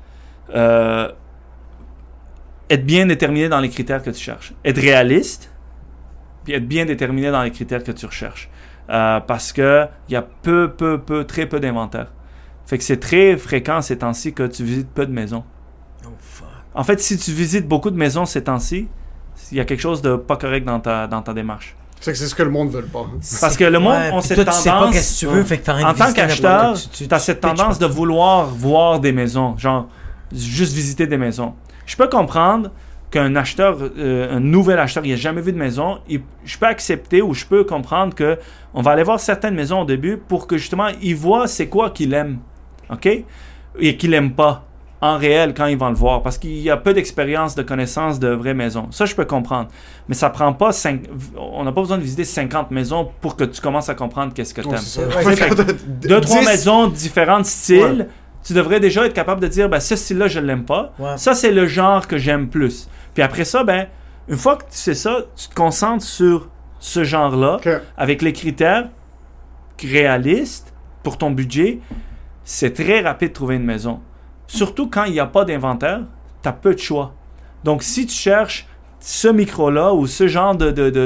être bien déterminé dans les critères que tu cherches. Être réaliste, puis être bien déterminé dans les critères que tu recherches. Parce qu'il y a très peu d'inventaire. Fait que c'est très fréquent ces temps-ci que tu visites peu de maisons. Oh fuck. En fait, si tu visites beaucoup de maisons ces temps-ci, il y a quelque chose de pas correct dans ta démarche. C'est ce que le monde veut pas. Parce que le monde a cette tendance... Tu sais pas qu'est-ce que tu veux, fait que en tant qu'acheteur, tu as cette tendance de vouloir voir des maisons, genre juste visiter des maisons. Je peux comprendre qu'un acheteur, un nouvel acheteur, il n'a jamais vu de maison, je peux accepter ou je peux comprendre qu'on va aller voir certaines maisons au début pour que justement, il voit c'est quoi qu'il aime, OK? Et qu'il n'aime pas en réel quand ils vont le voir, parce qu'il y a peu d'expérience, de connaissances de vraies maisons. Ça, je peux comprendre. Mais ça prend pas on n'a pas besoin de visiter 50 maisons pour que tu commences à comprendre qu'est-ce que tu aimes. 2-3 maisons, différents styles, tu devrais déjà être capable de dire, ben, ce style-là, je l'aime pas. Ouais. Ça, c'est le genre que j'aime plus. Puis après ça, ben, une fois que tu sais ça, tu te concentres sur ce genre-là, avec les critères réalistes pour ton budget. C'est très rapide de trouver une maison. Surtout quand il n'y a pas d'inventaire, tu as peu de choix. Donc, si tu cherches ce micro-là ou ce genre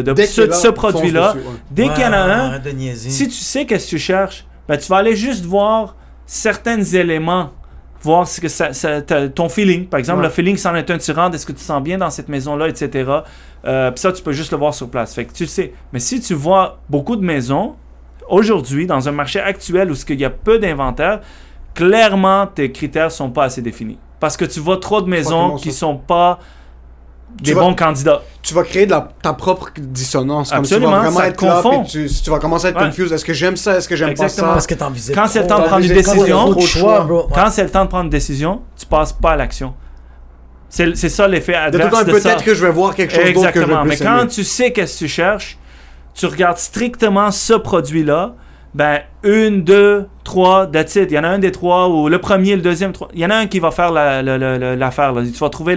ce produit-là, dès qu'il y en a un, si tu sais qu'est-ce que tu cherches, ben, tu vas aller juste voir certains éléments, voir ce que ton feeling. Par exemple, le feeling, c'en est un, tu rentres, est-ce que tu sens bien dans cette maison-là, etc. Puis ça, tu peux juste le voir sur place. Fait que tu sais. Mais si tu vois beaucoup de maisons, aujourd'hui, dans un marché actuel où il y a peu d'inventaire, clairement, tes critères ne sont pas assez définis. Parce que tu vois trop de maisons qui ne sont pas des bons candidats. Tu vas créer ta propre dissonance. Absolument, comme tu vas vraiment ça être te là, confond. Tu vas commencer à être confused. Est-ce que j'aime ça? Est-ce que j'aime pas ça? Parce que t'en visites quand c'est le temps de prendre une décision, quand c'est le temps de prendre une décision, tu passes pas à l'action. C'est ça l'effet adverse de ça. Peut-être que je vais voir quelque chose d'autre que je vais plus mais quand tu sais qu'est-ce que tu cherches, tu regardes strictement ce produit-là. Ben, 1, 2, 3, that's it. Il y en a un des 3, ou le premier, le deuxième, il y en a un qui va faire l'affaire. Là. Tu vas trouver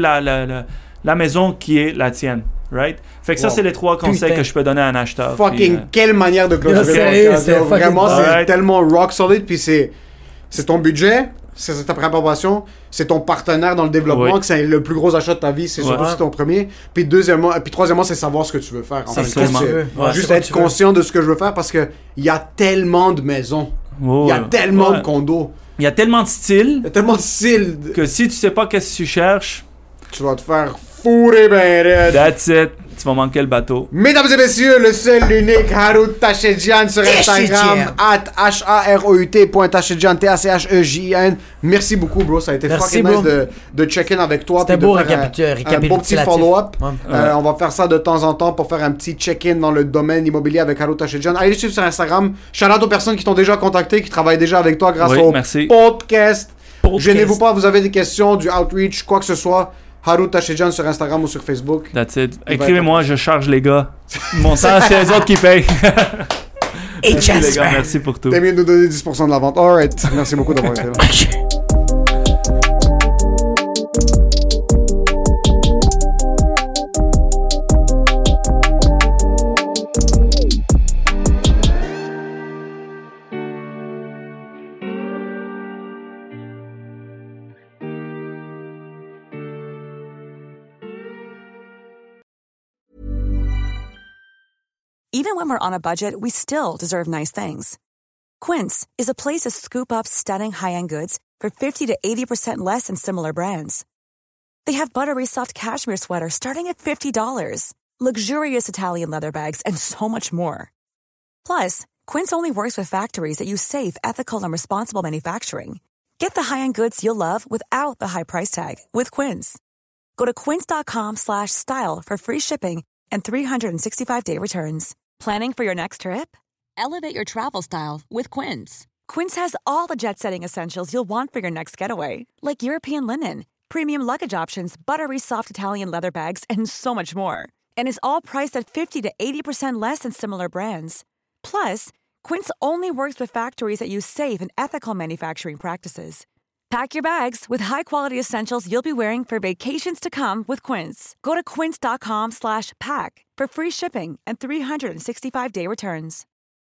la maison qui est la tienne, right? Fait que ça, c'est les 3 conseils que je peux donner à un acheteur. Quelle manière de clôturer. Vraiment, c'est tellement rock solid, puis c'est ton budget, c'est ta préparation, c'est ton partenaire dans le développement, que c'est le plus gros achat de ta vie, c'est surtout ton premier. Puis troisièmement, c'est savoir ce que tu veux faire. En fait, juste être conscient de ce que je veux faire, parce que il y a tellement de maisons, il y a tellement de condos, il y a tellement de styles, que si tu sais pas qu'est-ce que tu cherches, tu vas te faire fourrer ben raide. That's it. Tu vas manquer le bateau. Mesdames et messieurs, le seul, l'unique Harout Tachedjian sur Instagram, @HAROUT.Tachedjian, TACHEJIN. Merci beaucoup, bro. Ça a été fucking nice de check-in avec toi. C'était beau, un beau petit follow-up. On va faire ça de temps en temps pour faire un petit check-in dans le domaine immobilier avec Harout Tachedjian. Allez suivre sur Instagram. Shout-out aux personnes qui t'ont déjà contacté, qui travaillent déjà avec toi grâce au podcast. Gênez-vous pas, vous avez des questions, du outreach, quoi que ce soit. Harout Tachedjian sur Instagram ou sur Facebook. That's it. Écrivez-moi, je charge les gars. Mon temps, c'est les autres qui payent. Et merci les gars, merci pour tout. T'es mieux de nous donner 10% de la vente. Alright, merci beaucoup d'avoir été là. Even when we're on a budget, we still deserve nice things. Quince is a place to scoop up stunning high-end goods for 50 to 80% less than similar brands. They have buttery soft cashmere sweaters starting at $50, luxurious Italian leather bags, and so much more. Plus, Quince only works with factories that use safe, ethical, and responsible manufacturing. Get the high-end goods you'll love without the high price tag with Quince. Go to quince.com/style for free shipping and 365-day returns. Planning for your next trip? Elevate your travel style with Quince. Quince has all the jet-setting essentials you'll want for your next getaway, like European linen, premium luggage options, buttery soft Italian leather bags, and so much more. And is all priced at 50 to 80% less than similar brands. Plus, Quince only works with factories that use safe and ethical manufacturing practices. Pack your bags with high-quality essentials you'll be wearing for vacations to come with Quince. Go to quince.com/pack for free shipping and 365-day returns.